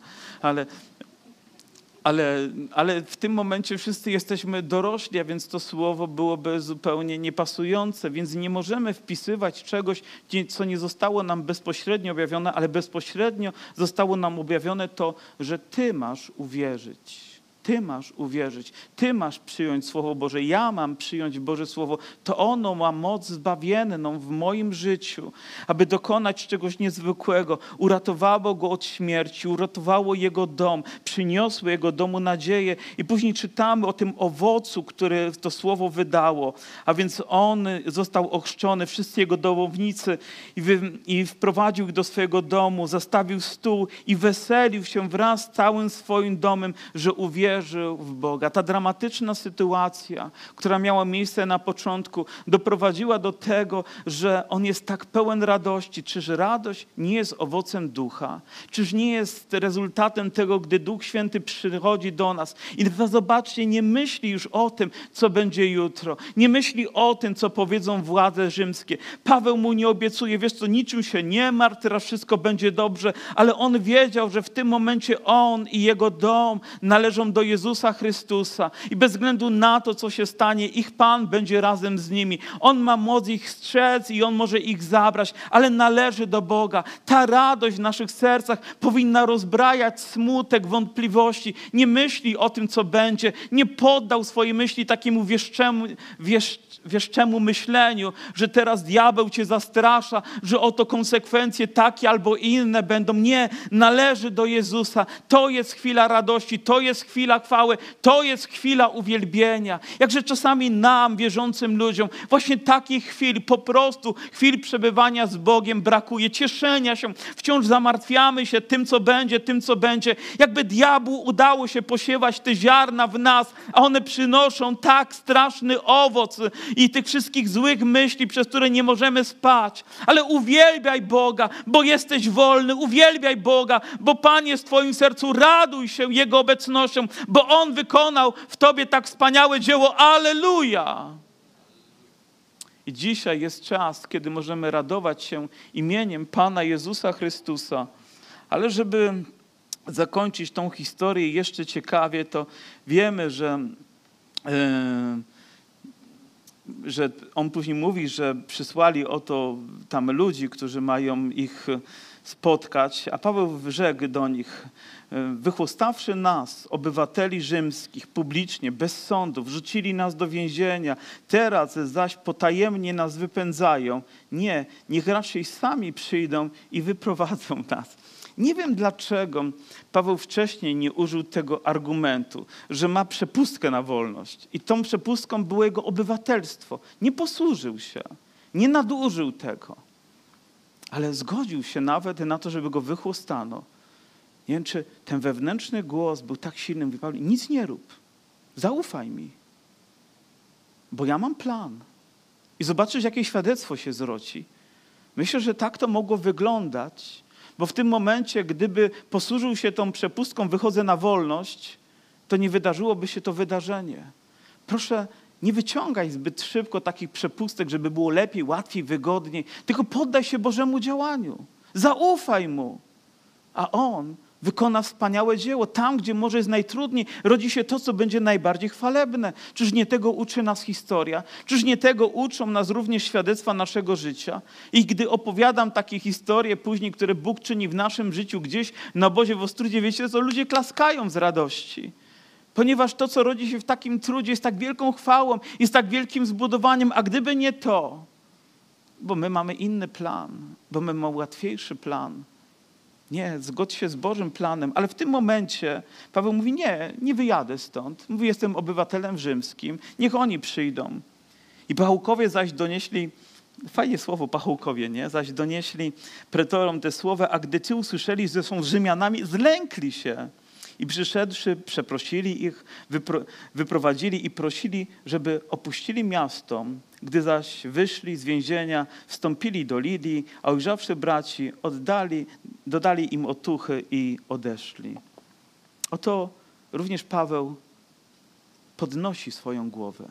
ale w tym momencie wszyscy jesteśmy dorośli, a więc to słowo byłoby zupełnie niepasujące, więc nie możemy wpisywać czegoś, co nie zostało nam bezpośrednio objawione, ale bezpośrednio zostało nam objawione to, że Ty masz uwierzyć. Ty masz uwierzyć, Ty masz przyjąć Słowo Boże, ja mam przyjąć Boże Słowo. To ono ma moc zbawienną w moim życiu, aby dokonać czegoś niezwykłego. Uratowało go od śmierci, uratowało jego dom, przyniosło jego domu nadzieję. I później czytamy o tym owocu, który to Słowo wydało. A więc on został ochrzczony, wszyscy jego domownicy i wprowadził ich do swojego domu, zastawił stół i weselił się wraz z całym swoim domem, że uwierzył w Boga. Ta dramatyczna sytuacja, która miała miejsce na początku, doprowadziła do tego, że on jest tak pełen radości. Czyż radość nie jest owocem ducha? Czyż nie jest rezultatem tego, gdy Duch Święty przychodzi do nas? I zobaczcie, nie myśli już o tym, co będzie jutro. Nie myśli o tym, co powiedzą władze rzymskie. Paweł mu nie obiecuje, wiesz co, niczym się nie martw, teraz wszystko będzie dobrze, ale on wiedział, że w tym momencie on i jego dom należą do Jezusa Chrystusa i bez względu na to, co się stanie, ich Pan będzie razem z nimi. On ma moc ich strzec i On może ich zabrać, ale należy do Boga. Ta radość w naszych sercach powinna rozbrajać smutek, wątpliwości. Nie myśli o tym, co będzie. Nie poddał swojej myśli takiemu wieszczemu myśleniu, że teraz diabeł cię zastrasza, że oto konsekwencje takie albo inne będą. Nie, należy do Jezusa. To jest chwila radości, to jest chwila chwila chwały, to jest chwila uwielbienia. Jakże czasami nam, wierzącym ludziom, właśnie takich chwil, po prostu chwil przebywania z Bogiem brakuje, cieszenia się, wciąż zamartwiamy się tym, co będzie. Jakby diabłu udało się posiewać te ziarna w nas, a one przynoszą tak straszny owoc i tych wszystkich złych myśli, przez które nie możemy spać. Ale uwielbiaj Boga, bo jesteś wolny, uwielbiaj Boga, bo Pan jest w twoim sercu, raduj się Jego obecnością, bo On wykonał w tobie tak wspaniałe dzieło. Alleluja! I dzisiaj jest czas, kiedy możemy radować się imieniem Pana Jezusa Chrystusa. Ale żeby zakończyć tą historię jeszcze ciekawie, to wiemy, że on później mówi, że przysłali oto tam ludzi, którzy mają ich spotkać, a Paweł rzekł do nich: wychłostawszy nas, obywateli rzymskich, publicznie, bez sądu, wrzucili nas do więzienia, teraz zaś potajemnie nas wypędzają. Nie, niech raczej sami przyjdą i wyprowadzą nas. Nie wiem, dlaczego Paweł wcześniej nie użył tego argumentu, że ma przepustkę na wolność i tą przepustką było jego obywatelstwo. Nie posłużył się, nie nadużył tego, ale zgodził się nawet na to, żeby go wychłostano. Nie wiem, czy ten wewnętrzny głos był tak silny, mówi: Paweł, nic nie rób, zaufaj mi, bo ja mam plan. I zobaczysz, jakie świadectwo się zrodzi. Myślę, że tak to mogło wyglądać, bo w tym momencie, gdyby posłużył się tą przepustką, wychodzę na wolność, to nie wydarzyłoby się to wydarzenie. Proszę, nie wyciągaj zbyt szybko takich przepustek, żeby było lepiej, łatwiej, wygodniej, tylko poddaj się Bożemu działaniu. Zaufaj Mu, a On wykona wspaniałe dzieło. Tam, gdzie może jest najtrudniej, rodzi się to, co będzie najbardziej chwalebne. Czyż nie tego uczy nas historia? Czyż nie tego uczą nas również świadectwa naszego życia? I gdy opowiadam takie historie później, które Bóg czyni w naszym życiu gdzieś na obozie w Ostródzie, wiecie co? Ludzie klaskają z radości. Ponieważ to, co rodzi się w takim trudzie, jest tak wielką chwałą, jest tak wielkim zbudowaniem, a gdyby nie to, bo my mamy inny plan, bo my mamy łatwiejszy plan. Nie, zgodź się z Bożym planem. Ale w tym momencie Paweł mówi: nie wyjadę stąd. Mówi: jestem obywatelem rzymskim, niech oni przyjdą. I pachołkowie zaś donieśli, fajnie słowo pachołkowie, nie? Zaś donieśli pretorom te słowa, a gdy ci usłyszeli, że są Rzymianami, zlękli się. I przyszedłszy, przeprosili ich, wyprowadzili i prosili, żeby opuścili miasto. Gdy zaś wyszli z więzienia, wstąpili do Lidii, a ujrzawszy braci, dodali im otuchy i odeszli. Oto również Paweł podnosi swoją głowę.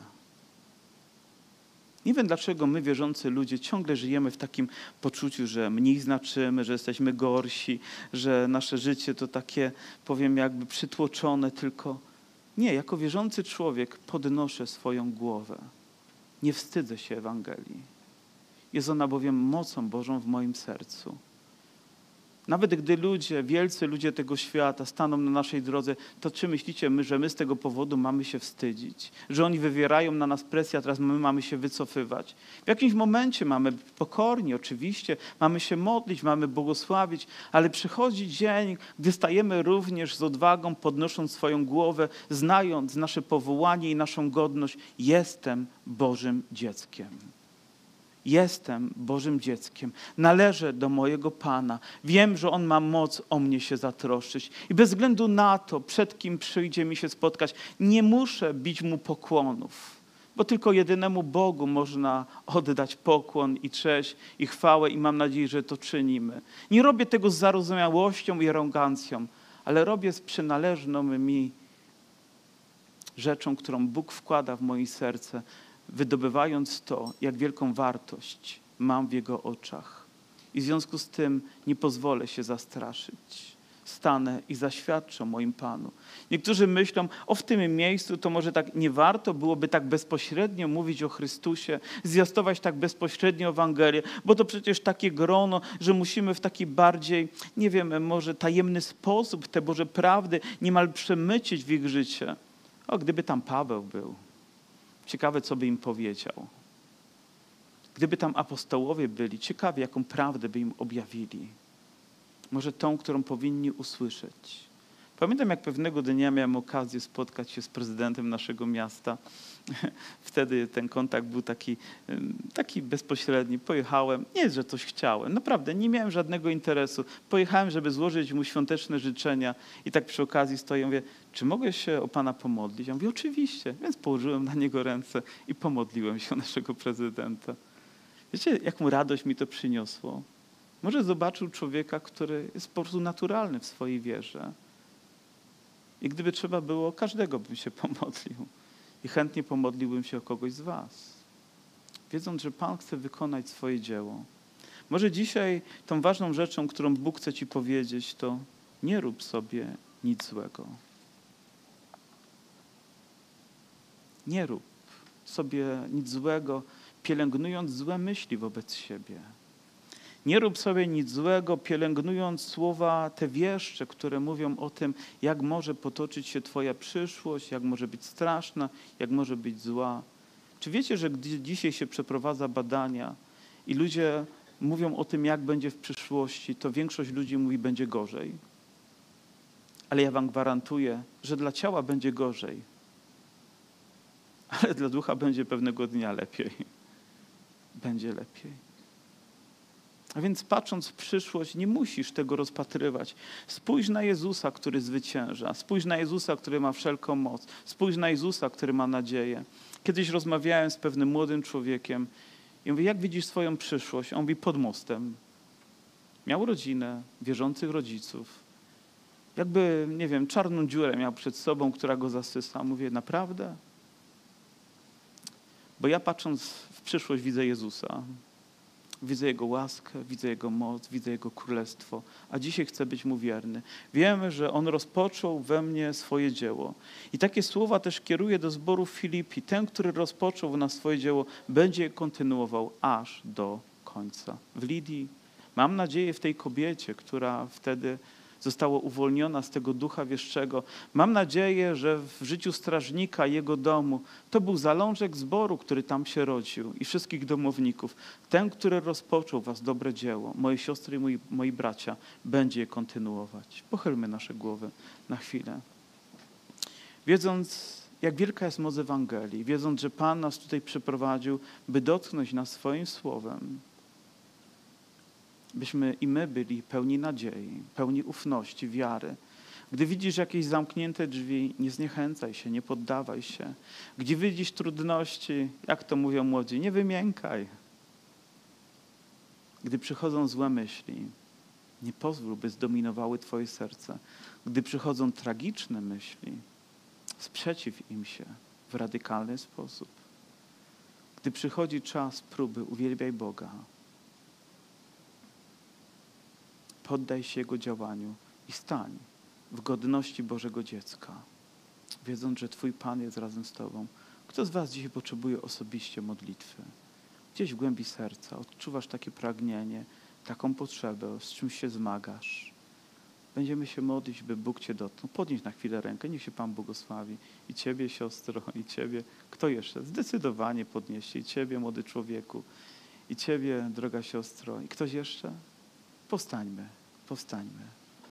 Nie wiem, dlaczego my, wierzący ludzie, ciągle żyjemy w takim poczuciu, że mniej znaczymy, że jesteśmy gorsi, że nasze życie to takie, powiem, jakby przytłoczone, tylko nie, jako wierzący człowiek podnoszę swoją głowę. Nie wstydzę się Ewangelii. Jest ona bowiem mocą Bożą w moim sercu. Nawet gdy ludzie, wielcy ludzie tego świata staną na naszej drodze, to czy myślicie, że my z tego powodu mamy się wstydzić? Że oni wywierają na nas presję, a teraz my mamy się wycofywać? W jakimś momencie mamy pokornie, oczywiście, mamy się modlić, mamy błogosławić, ale przychodzi dzień, gdy stajemy również z odwagą, podnosząc swoją głowę, znając nasze powołanie i naszą godność. Jestem Bożym dzieckiem. Jestem Bożym dzieckiem, należę do mojego Pana. Wiem, że On ma moc o mnie się zatroszczyć. I bez względu na to, przed kim przyjdzie mi się spotkać, nie muszę bić Mu pokłonów, bo tylko jedynemu Bogu można oddać pokłon i cześć i chwałę i mam nadzieję, że to czynimy. Nie robię tego z zarozumiałością i arogancją, ale robię z przynależną mi rzeczą, którą Bóg wkłada w moje serce, wydobywając to, jak wielką wartość mam w Jego oczach. I w związku z tym nie pozwolę się zastraszyć. Stanę i zaświadczę moim Panu. Niektórzy myślą, w tym miejscu to może tak nie warto byłoby tak bezpośrednio mówić o Chrystusie, zwiastować tak bezpośrednio Ewangelię, bo to przecież takie grono, że musimy w taki bardziej, nie wiem, może tajemny sposób te Boże prawdy niemal przemycić w ich życie. Gdyby tam Paweł był. Ciekawe, co by im powiedział. Gdyby tam apostołowie byli, ciekawe, jaką prawdę by im objawili. Może tą, którą powinni usłyszeć. Pamiętam, jak pewnego dnia miałem okazję spotkać się z prezydentem naszego miasta. Wtedy ten kontakt był taki bezpośredni. Pojechałem, nie, że coś chciałem, naprawdę nie miałem żadnego interesu. Pojechałem, żeby złożyć mu świąteczne życzenia i tak przy okazji stoję i mówię, czy mogę się o pana pomodlić? Ja mówię, oczywiście, więc położyłem na niego ręce i pomodliłem się o naszego prezydenta. Wiecie, jaką radość mi to przyniosło? Może zobaczył człowieka, który jest po prostu naturalny w swojej wierze. I gdyby trzeba było, każdego bym się pomodlił. I chętnie pomodliłbym się o kogoś z was. Wiedząc, że Pan chce wykonać swoje dzieło. Może dzisiaj tą ważną rzeczą, którą Bóg chce ci powiedzieć, to nie rób sobie nic złego. Nie rób sobie nic złego, pielęgnując złe myśli wobec siebie. Nie rób sobie nic złego, pielęgnując słowa te wieszcze, które mówią o tym, jak może potoczyć się twoja przyszłość, jak może być straszna, jak może być zła. Czy wiecie, że gdy dzisiaj się przeprowadza badania i ludzie mówią o tym, jak będzie w przyszłości, to większość ludzi mówi, będzie gorzej. Ale ja wam gwarantuję, że dla ciała będzie gorzej, ale dla ducha będzie pewnego dnia lepiej. Będzie lepiej. A więc patrząc w przyszłość, nie musisz tego rozpatrywać. Spójrz na Jezusa, który zwycięża. Spójrz na Jezusa, który ma wszelką moc. Spójrz na Jezusa, który ma nadzieję. Kiedyś rozmawiałem z pewnym młodym człowiekiem i mówię, jak widzisz swoją przyszłość? On mówi, pod mostem. Miał rodzinę, wierzących rodziców. Jakby, nie wiem, czarną dziurę miał przed sobą, która go zasysa. Mówię, naprawdę? Bo ja patrząc w przyszłość widzę Jezusa. Widzę Jego łaskę, widzę Jego moc, widzę Jego królestwo, a dzisiaj chcę być Mu wierny. Wiemy, że On rozpoczął we mnie swoje dzieło. I takie słowa też kieruję do zboru w Filipi. Ten, który rozpoczął w nas swoje dzieło, będzie je kontynuował aż do końca. W Lidii, mam nadzieję w tej kobiecie, która wtedy została uwolniona z tego ducha wieszczego. Mam nadzieję, że w życiu strażnika jego domu to był zalążek zboru, który tam się rodził i wszystkich domowników. Ten, który rozpoczął was dobre dzieło, moje siostry i moi bracia, będzie je kontynuować. Pochylmy nasze głowy na chwilę. Wiedząc, jak wielka jest moc Ewangelii, wiedząc, że Pan nas tutaj przyprowadził, by dotknąć nas swoim słowem, byśmy i my byli pełni nadziei, pełni ufności, wiary. Gdy widzisz jakieś zamknięte drzwi, nie zniechęcaj się, nie poddawaj się. Gdy widzisz trudności, jak to mówią młodzi, nie wymiękaj. Gdy przychodzą złe myśli, nie pozwól, by zdominowały twoje serce. Gdy przychodzą tragiczne myśli, sprzeciw im się w radykalny sposób. Gdy przychodzi czas próby, uwielbiaj Boga. Poddaj się Jego działaniu i stań w godności Bożego dziecka, wiedząc, że Twój Pan jest razem z Tobą. Kto z was dzisiaj potrzebuje osobiście modlitwy? Gdzieś w głębi serca odczuwasz takie pragnienie, taką potrzebę, z czymś się zmagasz. Będziemy się modlić, by Bóg Cię dotknął. Podnieś na chwilę rękę, niech się Pan błogosławi. I Ciebie, siostro, i Ciebie. Kto jeszcze? Zdecydowanie podnieście. I Ciebie, młody człowieku. I Ciebie, droga siostro. I ktoś jeszcze? Powstańmy, powstańmy.